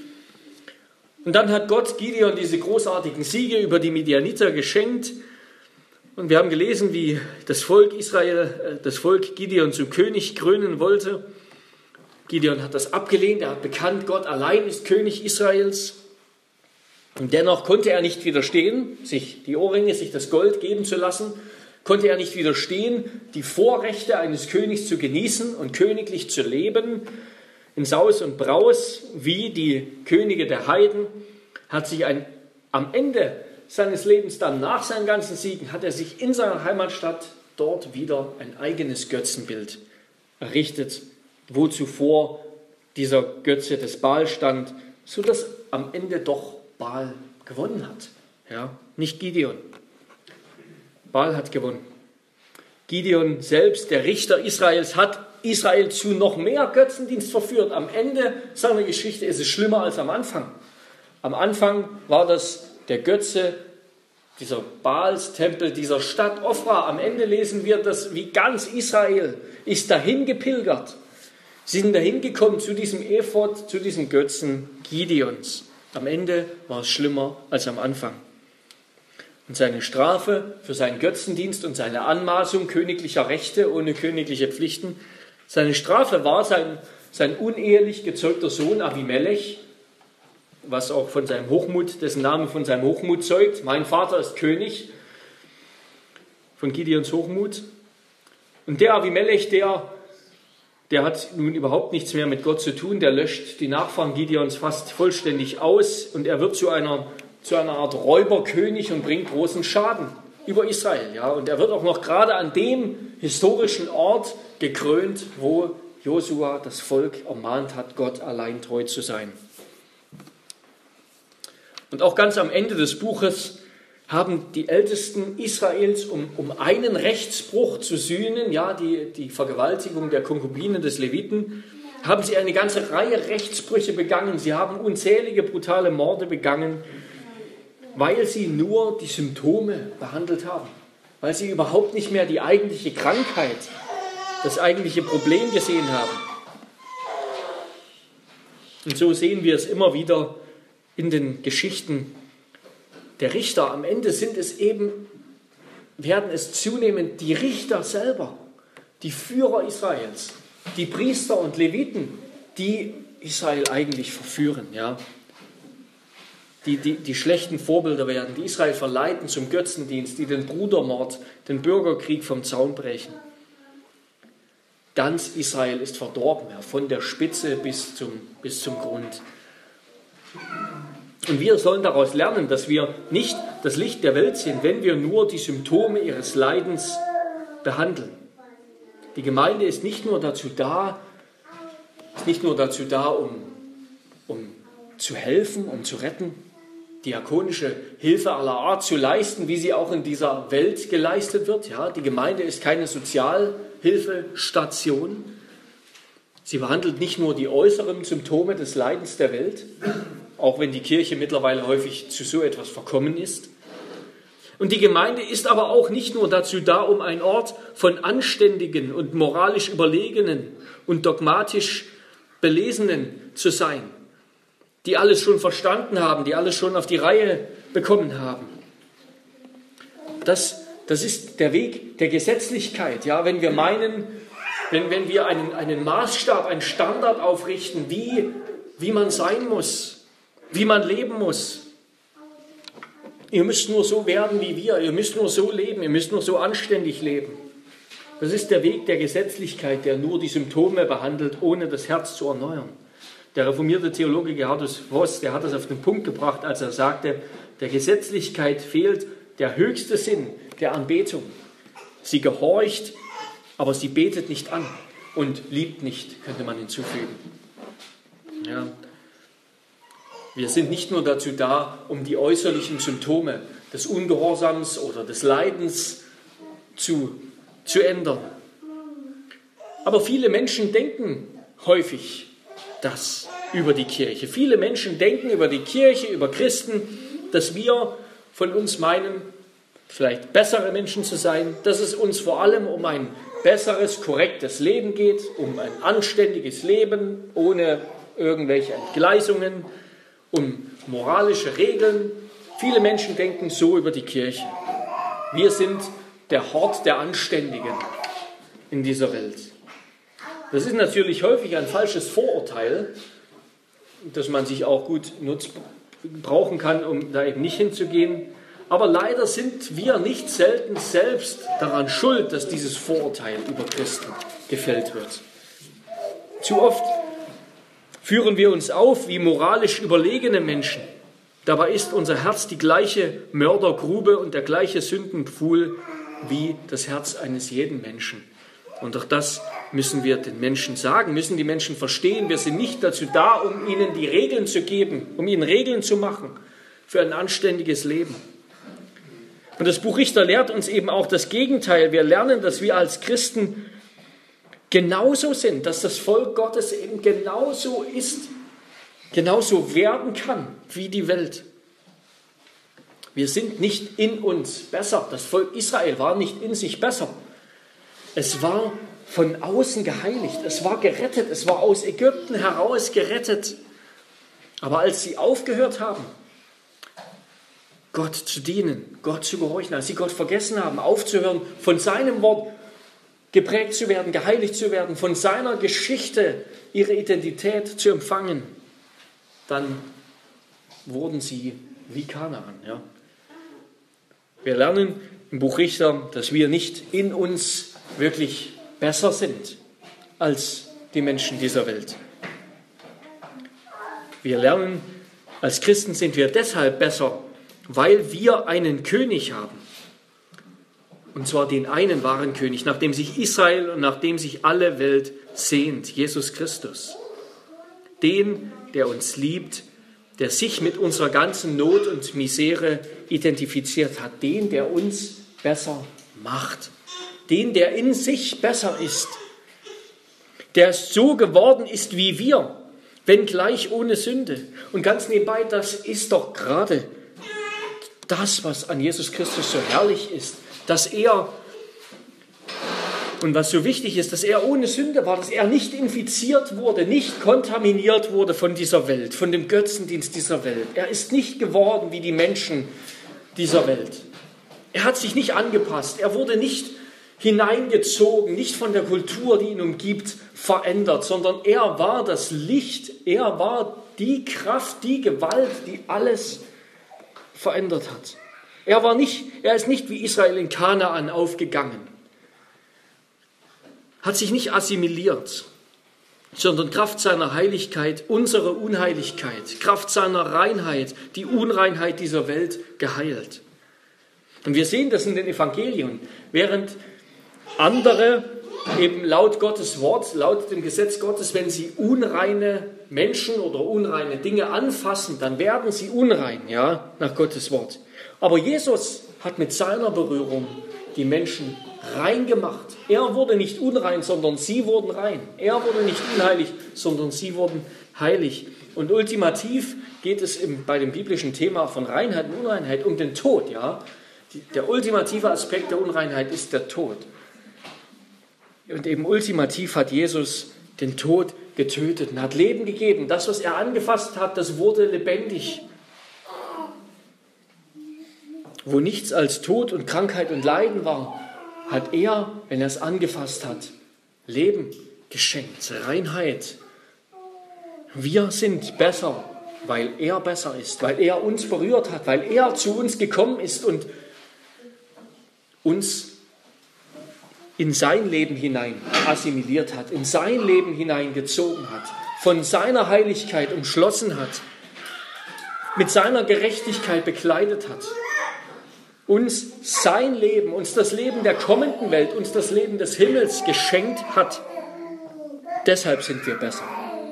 Und dann hat Gott Gideon diese großartigen Siege über die Midianiter geschenkt. Und wir haben gelesen, wie das Volk Israel, das Volk Gideon zum König krönen wollte. Gideon hat das abgelehnt, er hat bekannt, Gott allein ist König Israels. Und dennoch konnte er nicht widerstehen, sich die Ohrringe, sich das Gold geben zu lassen, konnte er nicht widerstehen, die Vorrechte eines Königs zu genießen und königlich zu leben. In Saus und Braus, wie die Könige der Heiden, hat sich ein, am Ende seines Lebens, dann nach seinen ganzen Siegen, hat er sich in seiner Heimatstadt dort wieder ein eigenes Götzenbild errichtet, wo zuvor dieser Götze des Baal stand, sodass am Ende doch Baal gewonnen hat. Ja, nicht Gideon. Baal hat gewonnen. Gideon selbst, der Richter Israels, hat Israel zu noch mehr Götzendienst verführt. Am Ende seiner Geschichte ist es schlimmer als am Anfang. Am Anfang war das der Götze, dieser Baals-Tempel, dieser Stadt Ofra. Am Ende lesen wir, dass wie ganz Israel ist dahin gepilgert. Sie sind dahin gekommen zu diesem Ephod, zu diesem Götzen Gideons. Am Ende war es schlimmer als am Anfang. Und seine Strafe für seinen Götzendienst und seine Anmaßung königlicher Rechte ohne königliche Pflichten, seine Strafe war sein, sein unehelich gezeugter Sohn Abimelech, was auch von seinem Hochmut, dessen Name von seinem Hochmut zeugt. Mein Vater ist König, von Gideons Hochmut. Und der Abimelech, der, der hat nun überhaupt nichts mehr mit Gott zu tun, der löscht die Nachfahren Gideons fast vollständig aus und er wird zu einer, zu einer Art Räuberkönig und bringt großen Schaden über Israel. Ja? Und er wird auch noch gerade an dem historischen Ort gekrönt, wo Josua das Volk ermahnt hat, Gott allein treu zu sein. Und auch ganz am Ende des Buches haben die Ältesten Israels, um, um einen Rechtsbruch zu sühnen, ja, die, die Vergewaltigung der Konkubine des Leviten, haben sie eine ganze Reihe Rechtsbrüche begangen. Sie haben unzählige brutale Morde begangen, weil sie nur die Symptome behandelt haben, weil sie überhaupt nicht mehr die eigentliche Krankheit, das eigentliche Problem gesehen haben. Und so sehen wir es immer wieder in den Geschichten der Richter, am Ende sind es eben, werden es zunehmend die Richter selber, die Führer Israels, die Priester und Leviten, die Israel eigentlich verführen, ja. Die, die, die schlechten Vorbilder werden, die Israel verleiten zum Götzendienst, die den Brudermord, den Bürgerkrieg vom Zaun brechen. Ganz Israel ist verdorben, ja, von der Spitze bis zum, bis zum Grund. Und wir sollen daraus lernen, dass wir nicht das Licht der Welt sind, wenn wir nur die Symptome ihres Leidens behandeln. Die Gemeinde ist nicht nur dazu da, ist nicht nur dazu da, um, um zu helfen, um zu retten, diakonische Hilfe aller Art zu leisten, wie sie auch in dieser Welt geleistet wird. Ja, die Gemeinde ist keine Sozialhilfestation. Sie behandelt nicht nur die äußeren Symptome des Leidens der Welt, auch wenn die Kirche mittlerweile häufig zu so etwas verkommen ist. Und die Gemeinde ist aber auch nicht nur dazu da, um ein Ort von anständigen und moralisch überlegenen und dogmatisch Belesenen zu sein, die alles schon verstanden haben, die alles schon auf die Reihe bekommen haben. Das, das ist der Weg der Gesetzlichkeit. Ja, wenn wir meinen, wenn, wenn wir einen, einen Maßstab, einen Standard aufrichten, wie, wie man sein muss, wie man leben muss. Ihr müsst nur so werden wie wir, ihr müsst nur so leben, ihr müsst nur so anständig leben. Das ist der Weg der Gesetzlichkeit, der nur die Symptome behandelt, ohne das Herz zu erneuern. Der reformierte Theologe Gerhardus Voss, der hat das auf den Punkt gebracht, als er sagte, der Gesetzlichkeit fehlt der höchste Sinn der Anbetung. Sie gehorcht, aber sie betet nicht an und liebt nicht, könnte man hinzufügen. Ja. Wir sind nicht nur dazu da, um die äußerlichen Symptome des Ungehorsams oder des Leidens zu, zu ändern. Aber viele Menschen denken häufig das über die Kirche. Viele Menschen denken über die Kirche, über Christen, dass wir von uns meinen, vielleicht bessere Menschen zu sein, dass es uns vor allem um ein besseres, korrektes Leben geht, um ein anständiges Leben ohne irgendwelche Entgleisungen, um moralische Regeln. Viele Menschen denken so über die Kirche. Wir sind der Hort der Anständigen in dieser Welt. Das ist natürlich häufig ein falsches Vorurteil, das man sich auch gut nutz, brauchen kann, um da eben nicht hinzugehen. Aber leider sind wir nicht selten selbst daran schuld, dass dieses Vorurteil über Christen gefällt wird. Zu oft führen wir uns auf wie moralisch überlegene Menschen. Dabei ist unser Herz die gleiche Mördergrube und der gleiche Sündenpfuhl wie das Herz eines jeden Menschen. Und auch das müssen wir den Menschen sagen, müssen die Menschen verstehen. Wir sind nicht dazu da, um ihnen die Regeln zu geben, um ihnen Regeln zu machen für ein anständiges Leben. Und das Buch Richter lehrt uns eben auch das Gegenteil. Wir lernen, dass wir als Christen genauso sind, dass das Volk Gottes eben genauso ist, genauso werden kann wie die Welt. Wir sind nicht in uns besser. Das Volk Israel war nicht in sich besser. Es war von außen geheiligt, es war gerettet, es war aus Ägypten heraus gerettet. Aber als sie aufgehört haben, Gott zu dienen, Gott zu gehorchen, als sie Gott vergessen haben, aufzuhören, von seinem Wort geprägt zu werden, geheiligt zu werden, von seiner Geschichte ihre Identität zu empfangen, dann wurden sie wie Kanaan. Ja. Wir lernen im Buch Richter, dass wir nicht in uns wirklich besser sind als die Menschen dieser Welt. Wir lernen, als Christen sind wir deshalb besser, weil wir einen König haben. Und zwar den einen wahren König, nach dem sich Israel und nach dem sich alle Welt sehnt, Jesus Christus. Den, der uns liebt, der sich mit unserer ganzen Not und Misere identifiziert hat. Den, der uns besser macht. Den, der in sich besser ist. Der so geworden ist wie wir, wenngleich ohne Sünde. Und ganz nebenbei, das ist doch gerade das, was an Jesus Christus so herrlich ist. Dass er, und was so wichtig ist, dass er ohne Sünde war, dass er nicht infiziert wurde, nicht kontaminiert wurde von dieser Welt, von dem Götzendienst dieser Welt. Er ist nicht geworden wie die Menschen, dieser Welt. Er hat sich nicht angepasst, er wurde nicht hineingezogen, nicht von der Kultur, die ihn umgibt, verändert, sondern er war das Licht, er war die Kraft, die Gewalt, die alles verändert hat. Er war nicht, er ist nicht wie Israel in Kanaan aufgegangen, hat sich nicht assimiliert, sondern Kraft seiner Heiligkeit, unsere Unheiligkeit, Kraft seiner Reinheit, die Unreinheit dieser Welt geheilt. Und wir sehen das in den Evangelien, während andere eben laut Gottes Wort, laut dem Gesetz Gottes, wenn sie unreine Menschen oder unreine Dinge anfassen, dann werden sie unrein, ja, nach Gottes Wort. Aber Jesus hat mit seiner Berührung die Menschen rein gemacht. Er wurde nicht unrein, sondern sie wurden rein. Er wurde nicht unheilig, sondern sie wurden heilig. Und ultimativ geht es im, bei dem biblischen Thema von Reinheit und Unreinheit um den Tod, ja. Der ultimative Aspekt der Unreinheit ist der Tod. Und eben ultimativ hat Jesus den Tod getötet und hat Leben gegeben. Das, was er angefasst hat, das wurde lebendig. Wo nichts als Tod und Krankheit und Leiden war, hat er, wenn er es angefasst hat, Leben geschenkt, Reinheit. Wir sind besser, weil er besser ist, weil er uns berührt hat, weil er zu uns gekommen ist und uns in sein Leben hinein assimiliert hat, in sein Leben hineingezogen hat, von seiner Heiligkeit umschlossen hat, mit seiner Gerechtigkeit bekleidet hat, uns sein Leben, uns das Leben der kommenden Welt, uns das Leben des Himmels geschenkt hat. Deshalb sind wir besser.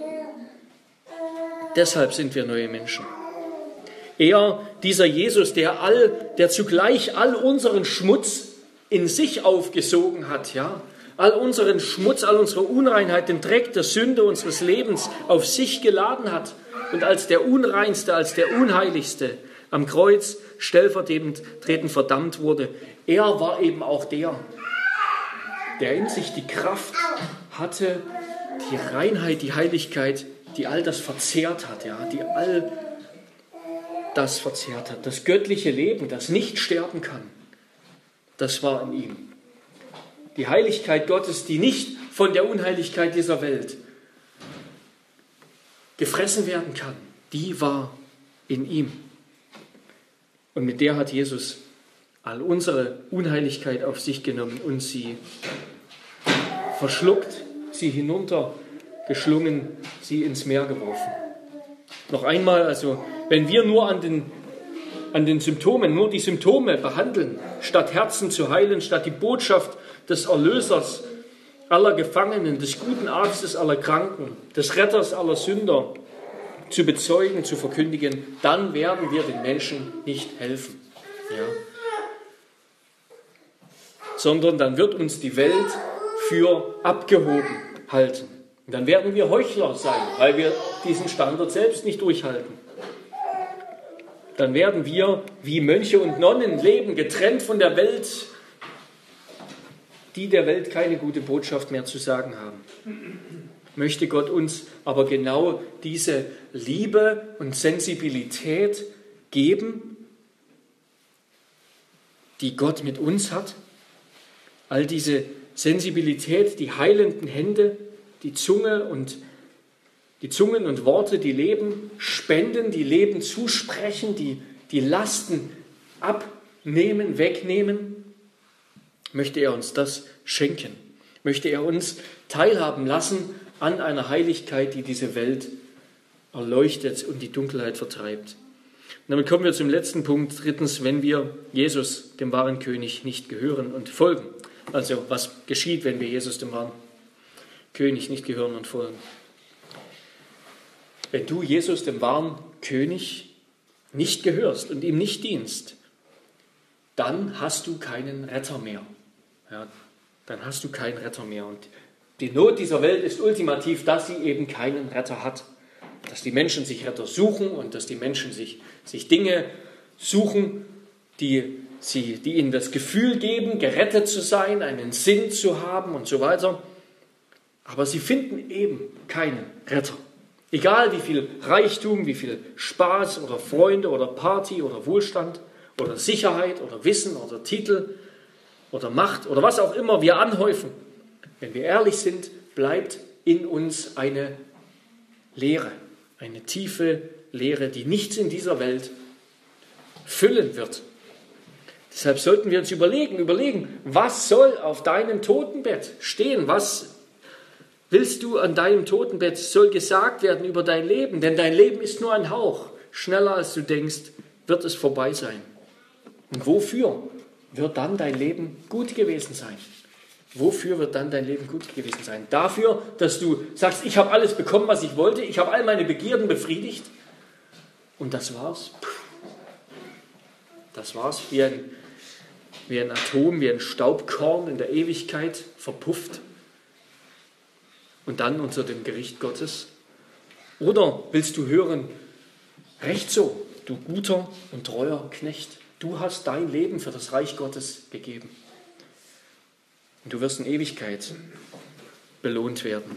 Deshalb sind wir neue Menschen. Er, dieser Jesus, der, all, der zugleich all unseren Schmutz in sich aufgesogen hat, ja, all unseren Schmutz, all unsere Unreinheit, den Dreck der Sünde unseres Lebens auf sich geladen hat und als der Unreinste, als der Unheiligste am Kreuz stellvertretend verdammt wurde. Er war eben auch der, der in sich die Kraft hatte, die Reinheit, die Heiligkeit, die all das verzehrt hat, ja, die all das verzehrt hat. Das göttliche Leben, das nicht sterben kann, das war in ihm. Die Heiligkeit Gottes, die nicht von der Unheiligkeit dieser Welt gefressen werden kann, die war in ihm. Und mit der hat Jesus all unsere Unheiligkeit auf sich genommen und sie verschluckt, sie hinuntergeschlungen, sie ins Meer geworfen. Noch einmal, also wenn wir nur an den, an den Symptomen, nur die Symptome behandeln, statt Herzen zu heilen, statt die Botschaft des Erlösers aller Gefangenen, des guten Arztes aller Kranken, des Retters aller Sünder zu bezeugen, zu verkündigen, dann werden wir den Menschen nicht helfen. Ja. Sondern dann wird uns die Welt für abgehoben halten. Und dann werden wir Heuchler sein, weil wir diesen Standard selbst nicht durchhalten. Dann werden wir wie Mönche und Nonnen leben, getrennt von der Welt, die der Welt keine gute Botschaft mehr zu sagen haben. Möchte Gott uns aber genau diese Liebe und Sensibilität geben, die Gott mit uns hat? All diese Sensibilität, die heilenden Hände, die Zunge und die Zungen und Worte, die Leben spenden, die Leben zusprechen, die die Lasten abnehmen, wegnehmen. Möchte er uns das schenken? Möchte er uns teilhaben lassen an einer Heiligkeit, die diese Welt erleuchtet und die Dunkelheit vertreibt? Und damit kommen wir zum letzten Punkt. Drittens, wenn wir Jesus, dem wahren König, nicht gehören und folgen. Also was geschieht, wenn wir Jesus, dem wahren König, nicht gehören und folgen? Wenn du Jesus, dem wahren König, nicht gehörst und ihm nicht dienst, dann hast du keinen Retter mehr. Ja, dann hast du keinen Retter mehr. Und die Not dieser Welt ist ultimativ, dass sie eben keinen Retter hat. Dass die Menschen sich Retter suchen und dass die Menschen sich, sich Dinge suchen, die, sie, die ihnen das Gefühl geben, gerettet zu sein, einen Sinn zu haben und so weiter. Aber sie finden eben keinen Retter. Egal wie viel Reichtum, wie viel Spaß oder Freunde oder Party oder Wohlstand oder Sicherheit oder Wissen oder Titel oder Macht oder was auch immer wir anhäufen, wenn wir ehrlich sind, bleibt in uns eine Leere, eine tiefe Leere, die nichts in dieser Welt füllen wird. Deshalb sollten wir uns überlegen, überlegen, was soll auf deinem Totenbett stehen? Was willst du an deinem Totenbett soll gesagt werden über dein Leben? Denn dein Leben ist nur ein Hauch. Schneller als du denkst, wird es vorbei sein. Und wofür wird dann dein Leben gut gewesen sein? Wofür wird dann dein Leben gut gewesen sein? Dafür, dass du sagst, ich habe alles bekommen, was ich wollte, ich habe all meine Begierden befriedigt und das war's. Das war's, wie ein, wie ein Atom, wie ein Staubkorn in der Ewigkeit verpufft und dann unter dem Gericht Gottes. Oder willst du hören, recht so, du guter und treuer Knecht, du hast dein Leben für das Reich Gottes gegeben. Und du wirst in Ewigkeit belohnt werden.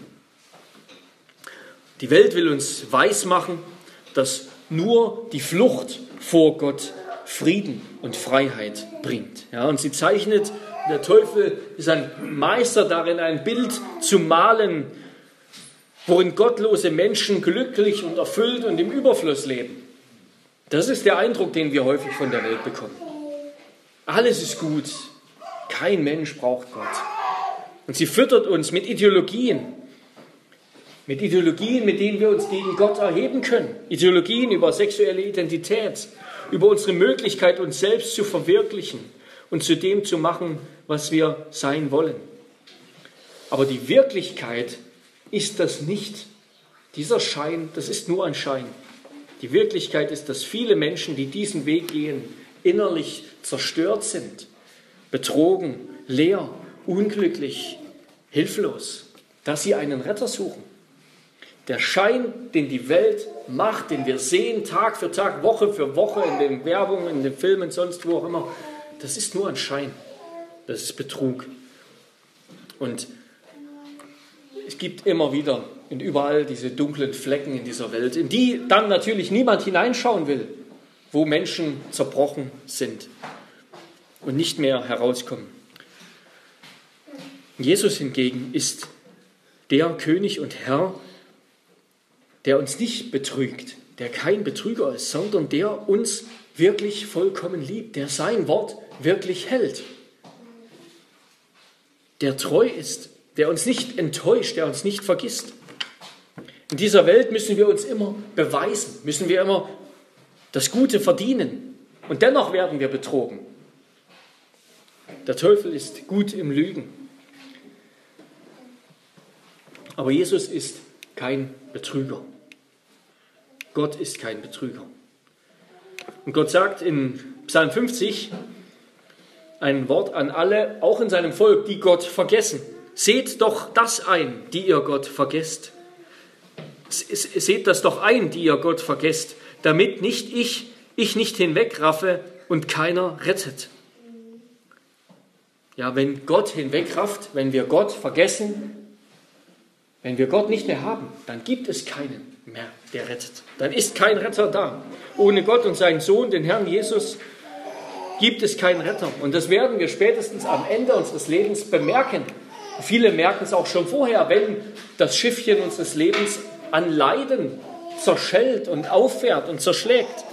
Die Welt will uns weismachen, dass nur die Flucht vor Gott Frieden und Freiheit bringt. Ja, und sie zeichnet, der Teufel ist ein Meister darin, ein Bild zu malen, worin gottlose Menschen glücklich und erfüllt und im Überfluss leben. Das ist der Eindruck, den wir häufig von der Welt bekommen. Alles ist gut. Kein Mensch braucht Gott. Und sie füttert uns mit Ideologien. Mit Ideologien, mit denen wir uns gegen Gott erheben können. Ideologien über sexuelle Identität, über unsere Möglichkeit, uns selbst zu verwirklichen und zu dem zu machen, was wir sein wollen. Aber die Wirklichkeit ist das nicht. Dieser Schein, das ist nur ein Schein. Die Wirklichkeit ist, dass viele Menschen, die diesen Weg gehen, innerlich zerstört sind. Betrogen, leer, unglücklich, hilflos, dass sie einen Retter suchen. Der Schein, den die Welt macht, den wir sehen, Tag für Tag, Woche für Woche, in den Werbungen, in den Filmen, sonst wo auch immer, das ist nur ein Schein. Das ist Betrug. Und es gibt immer wieder und überall diese dunklen Flecken in dieser Welt, in die dann natürlich niemand hineinschauen will, wo Menschen zerbrochen sind und nicht mehr herauskommen. Jesus hingegen ist der König und Herr, der uns nicht betrügt, der kein Betrüger ist, sondern der uns wirklich vollkommen liebt, der sein Wort wirklich hält, der treu ist, der uns nicht enttäuscht, der uns nicht vergisst. In dieser Welt müssen wir uns immer beweisen, müssen wir immer das Gute verdienen und dennoch werden wir betrogen. Der Teufel ist gut im Lügen. Aber Jesus ist kein Betrüger. Gott ist kein Betrüger. Und Gott sagt in Psalm fünfzig ein Wort an alle, auch in seinem Volk, die Gott vergessen. Seht doch das ein, die ihr Gott vergesst. Seht das doch ein, die ihr Gott vergesst, damit nicht ich, ich nicht hinwegraffe und keiner rettet. Ja, wenn Gott hinwegrafft, wenn wir Gott vergessen, wenn wir Gott nicht mehr haben, dann gibt es keinen mehr, der rettet. Dann ist kein Retter da. Ohne Gott und seinen Sohn, den Herrn Jesus, gibt es keinen Retter. Und das werden wir spätestens am Ende unseres Lebens bemerken. Viele merken es auch schon vorher, wenn das Schiffchen unseres Lebens an Leiden zerschellt und auffährt und zerschlägt.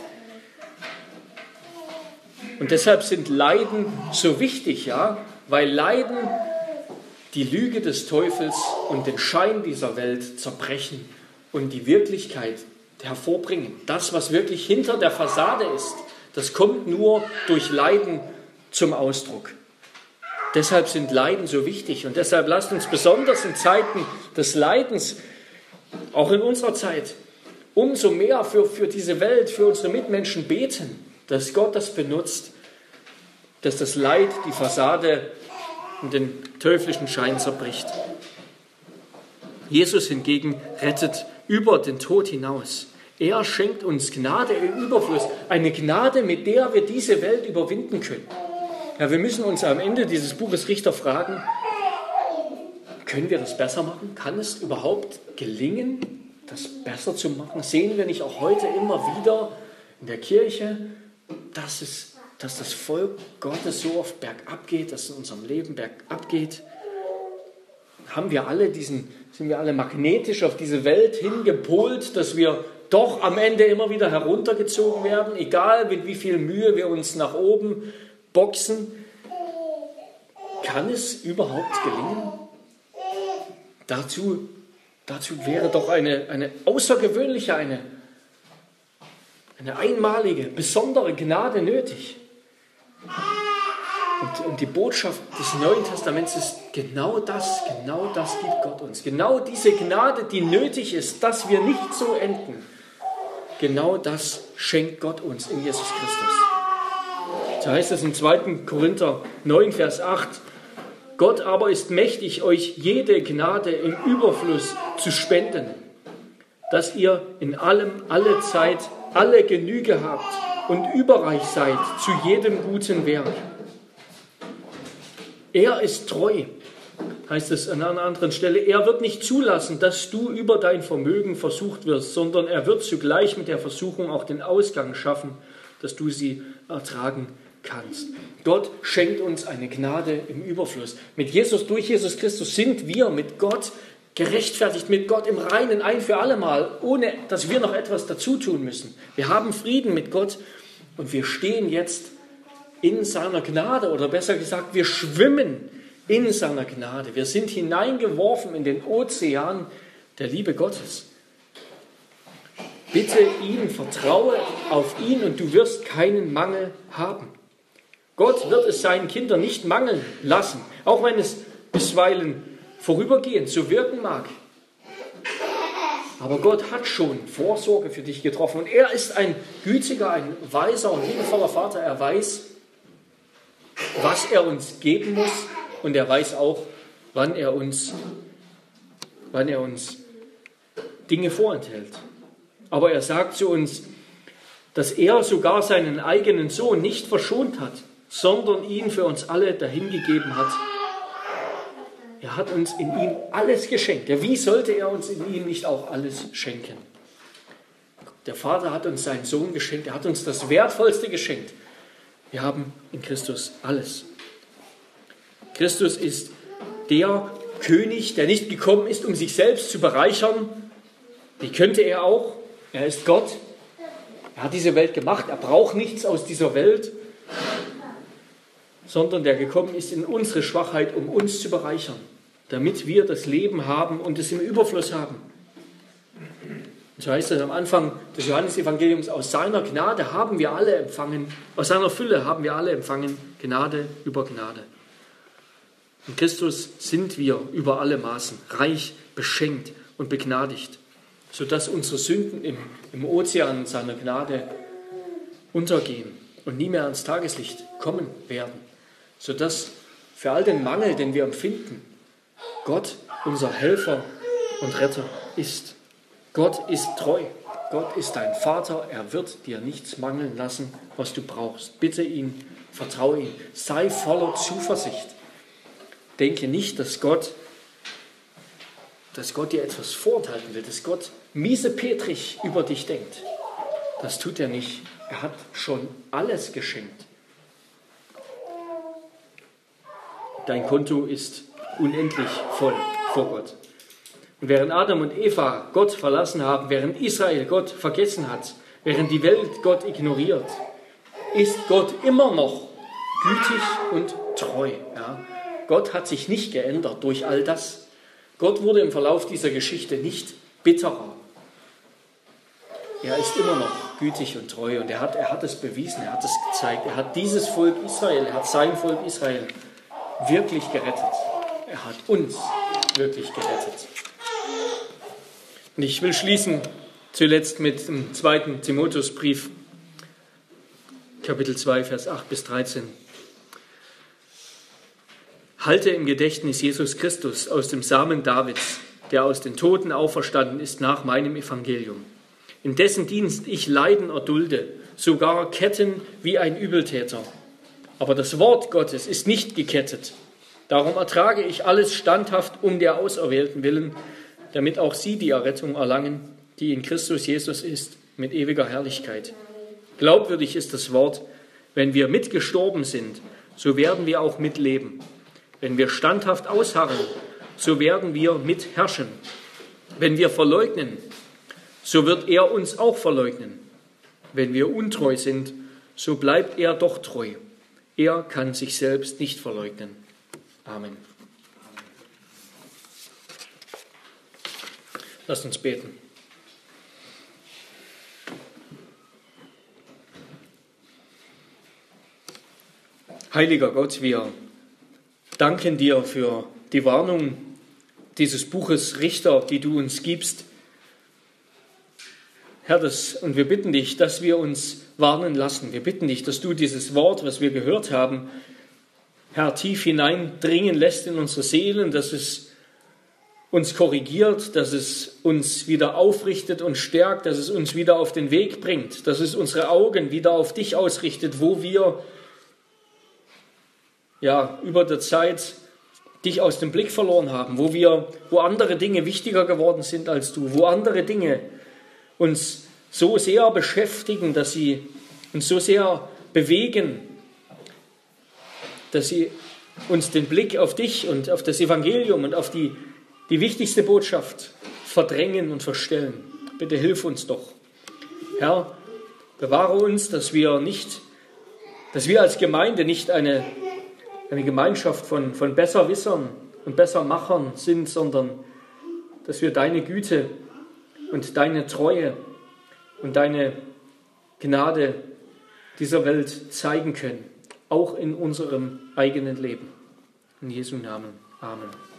Und deshalb sind Leiden so wichtig, ja, weil Leiden die Lüge des Teufels und den Schein dieser Welt zerbrechen und die Wirklichkeit hervorbringen. Das, was wirklich hinter der Fassade ist, das kommt nur durch Leiden zum Ausdruck. Deshalb sind Leiden so wichtig und deshalb lasst uns besonders in Zeiten des Leidens, auch in unserer Zeit, umso mehr für, für diese Welt, für unsere Mitmenschen beten, dass Gott das benutzt, dass das Leid die Fassade und den teuflischen Schein zerbricht. Jesus hingegen rettet über den Tod hinaus. Er schenkt uns Gnade im Überfluss, eine Gnade, mit der wir diese Welt überwinden können. Ja, wir müssen uns am Ende dieses Buches Richter fragen, können wir das besser machen? Kann es überhaupt gelingen, das besser zu machen? Sehen wir nicht auch heute immer wieder in der Kirche, dass es dass das Volk Gottes so oft bergab geht, dass es in unserem Leben bergab geht? Haben wir alle diesen, sind wir alle magnetisch auf diese Welt hingepolt, dass wir doch am Ende immer wieder heruntergezogen werden, egal mit wie viel Mühe wir uns nach oben boxen? Kann es überhaupt gelingen? Dazu, dazu wäre doch eine, eine außergewöhnliche, eine, eine einmalige, besondere Gnade nötig. Und, und die Botschaft des Neuen Testaments ist genau das, genau das gibt Gott uns. Genau diese Gnade, die nötig ist, dass wir nicht so enden. Genau das schenkt Gott uns in Jesus Christus. So heißt es im zweiten Korinther neun, Vers acht. Gott aber ist mächtig, euch jede Gnade im Überfluss zu spenden, dass ihr in allem, alle Zeit, alle Genüge habt und überreich seid zu jedem guten Werk. Er ist treu, heißt es an einer anderen Stelle. Er wird nicht zulassen, dass du über dein Vermögen versucht wirst, sondern er wird zugleich mit der Versuchung auch den Ausgang schaffen, dass du sie ertragen kannst. Gott schenkt uns eine Gnade im Überfluss. Mit Jesus, durch Jesus Christus sind wir mit Gott gerechtfertigt, mit Gott im Reinen ein für alle Mal, ohne dass wir noch etwas dazu tun müssen. Wir haben Frieden mit Gott und wir stehen jetzt in seiner Gnade, oder besser gesagt, wir schwimmen in seiner Gnade. Wir sind hineingeworfen in den Ozean der Liebe Gottes. Bitte ihn, vertraue auf ihn und du wirst keinen Mangel haben. Gott wird es seinen Kindern nicht mangeln lassen, auch wenn es bisweilen vorübergehend so wirken mag. Aber Gott hat schon Vorsorge für dich getroffen und er ist ein gütiger, ein weiser und liebevoller Vater. Er weiß, was er uns geben muss und er weiß auch, wann er uns, wann er uns Dinge vorenthält. Aber er sagt zu uns, dass er sogar seinen eigenen Sohn nicht verschont hat, sondern ihn für uns alle dahingegeben hat. Er hat uns in ihm alles geschenkt. Ja, wie sollte er uns in ihm nicht auch alles schenken? Der Vater hat uns seinen Sohn geschenkt. Er hat uns das Wertvollste geschenkt. Wir haben in Christus alles. Christus ist der König, der nicht gekommen ist, um sich selbst zu bereichern. Wie könnte er auch? Er ist Gott. Er hat diese Welt gemacht. Er braucht nichts aus dieser Welt, sondern der gekommen ist in unsere Schwachheit, um uns zu bereichern, damit wir das Leben haben und es im Überfluss haben. So heißt es am Anfang des Johannesevangeliums, aus seiner Gnade haben wir alle empfangen, aus seiner Fülle haben wir alle empfangen, Gnade über Gnade. In Christus sind wir über alle Maßen reich, beschenkt und begnadigt, sodass unsere Sünden im, im Ozean seiner Gnade untergehen und nie mehr ans Tageslicht kommen werden, sodass für all den Mangel, den wir empfinden, Gott unser Helfer und Retter ist. Gott ist treu. Gott ist dein Vater. Er wird dir nichts mangeln lassen, was du brauchst. Bitte ihn, vertraue ihm. Sei voller Zuversicht. Denke nicht, dass Gott, dass Gott dir etwas vorenthalten will, dass Gott miesepetrig über dich denkt. Das tut er nicht. Er hat schon alles geschenkt. Dein Konto ist unendlich voll vor Gott. Und während Adam und Eva Gott verlassen haben, während Israel Gott vergessen hat, während die Welt Gott ignoriert, ist Gott immer noch gütig und treu. Ja? Gott hat sich nicht geändert durch all das. Gott wurde im Verlauf dieser Geschichte nicht bitterer. Er ist immer noch gütig und treu und er hat, er hat es bewiesen, er hat es gezeigt. Er hat dieses Volk Israel, er hat sein Volk Israel wirklich gerettet. Er hat uns wirklich gerettet. Und ich will schließen zuletzt mit dem zweiten Timotheusbrief, Kapitel zwei, Vers acht bis dreizehn. Halte im Gedächtnis Jesus Christus aus dem Samen Davids, der aus den Toten auferstanden ist nach meinem Evangelium, in dessen Dienst ich Leiden erdulde, sogar Ketten wie ein Übeltäter. Aber das Wort Gottes ist nicht gekettet. Darum ertrage ich alles standhaft um der Auserwählten willen, damit auch sie die Errettung erlangen, die in Christus Jesus ist, mit ewiger Herrlichkeit. Glaubwürdig ist das Wort, Wenn wir mitgestorben sind, so werden wir auch mitleben. Wenn wir standhaft ausharren, so werden wir mitherrschen. Wenn wir verleugnen, so wird er uns auch verleugnen. Wenn wir untreu sind, so bleibt er doch treu. Er kann sich selbst nicht verleugnen. Amen. Lasst uns beten. Heiliger Gott, wir danken dir für die Warnung dieses Buches Richter, die du uns gibst. Herr, das, und wir bitten dich, dass wir uns warnen lassen. Wir bitten dich, dass du dieses Wort, was wir gehört haben, Herr, tief hineindringen lässt in unsere Seelen, dass es uns korrigiert, dass es uns wieder aufrichtet und stärkt, dass es uns wieder auf den Weg bringt, dass es unsere Augen wieder auf dich ausrichtet, wo wir ja, über der Zeit dich aus dem Blick verloren haben, wo wir, wo andere Dinge wichtiger geworden sind als du, wo andere Dinge uns so sehr beschäftigen, dass sie uns so sehr bewegen, dass sie uns den Blick auf dich und auf das Evangelium und auf die, die wichtigste Botschaft verdrängen und verstellen. Bitte hilf uns doch. Herr, bewahre uns, dass wir nicht, dass wir als Gemeinde nicht eine eine Gemeinschaft von, von Besserwissern und Bessermachern sind, sondern dass wir deine Güte und deine Treue und deine Gnade dieser Welt zeigen können, auch in unserem eigenen Leben. In Jesu Namen. Amen.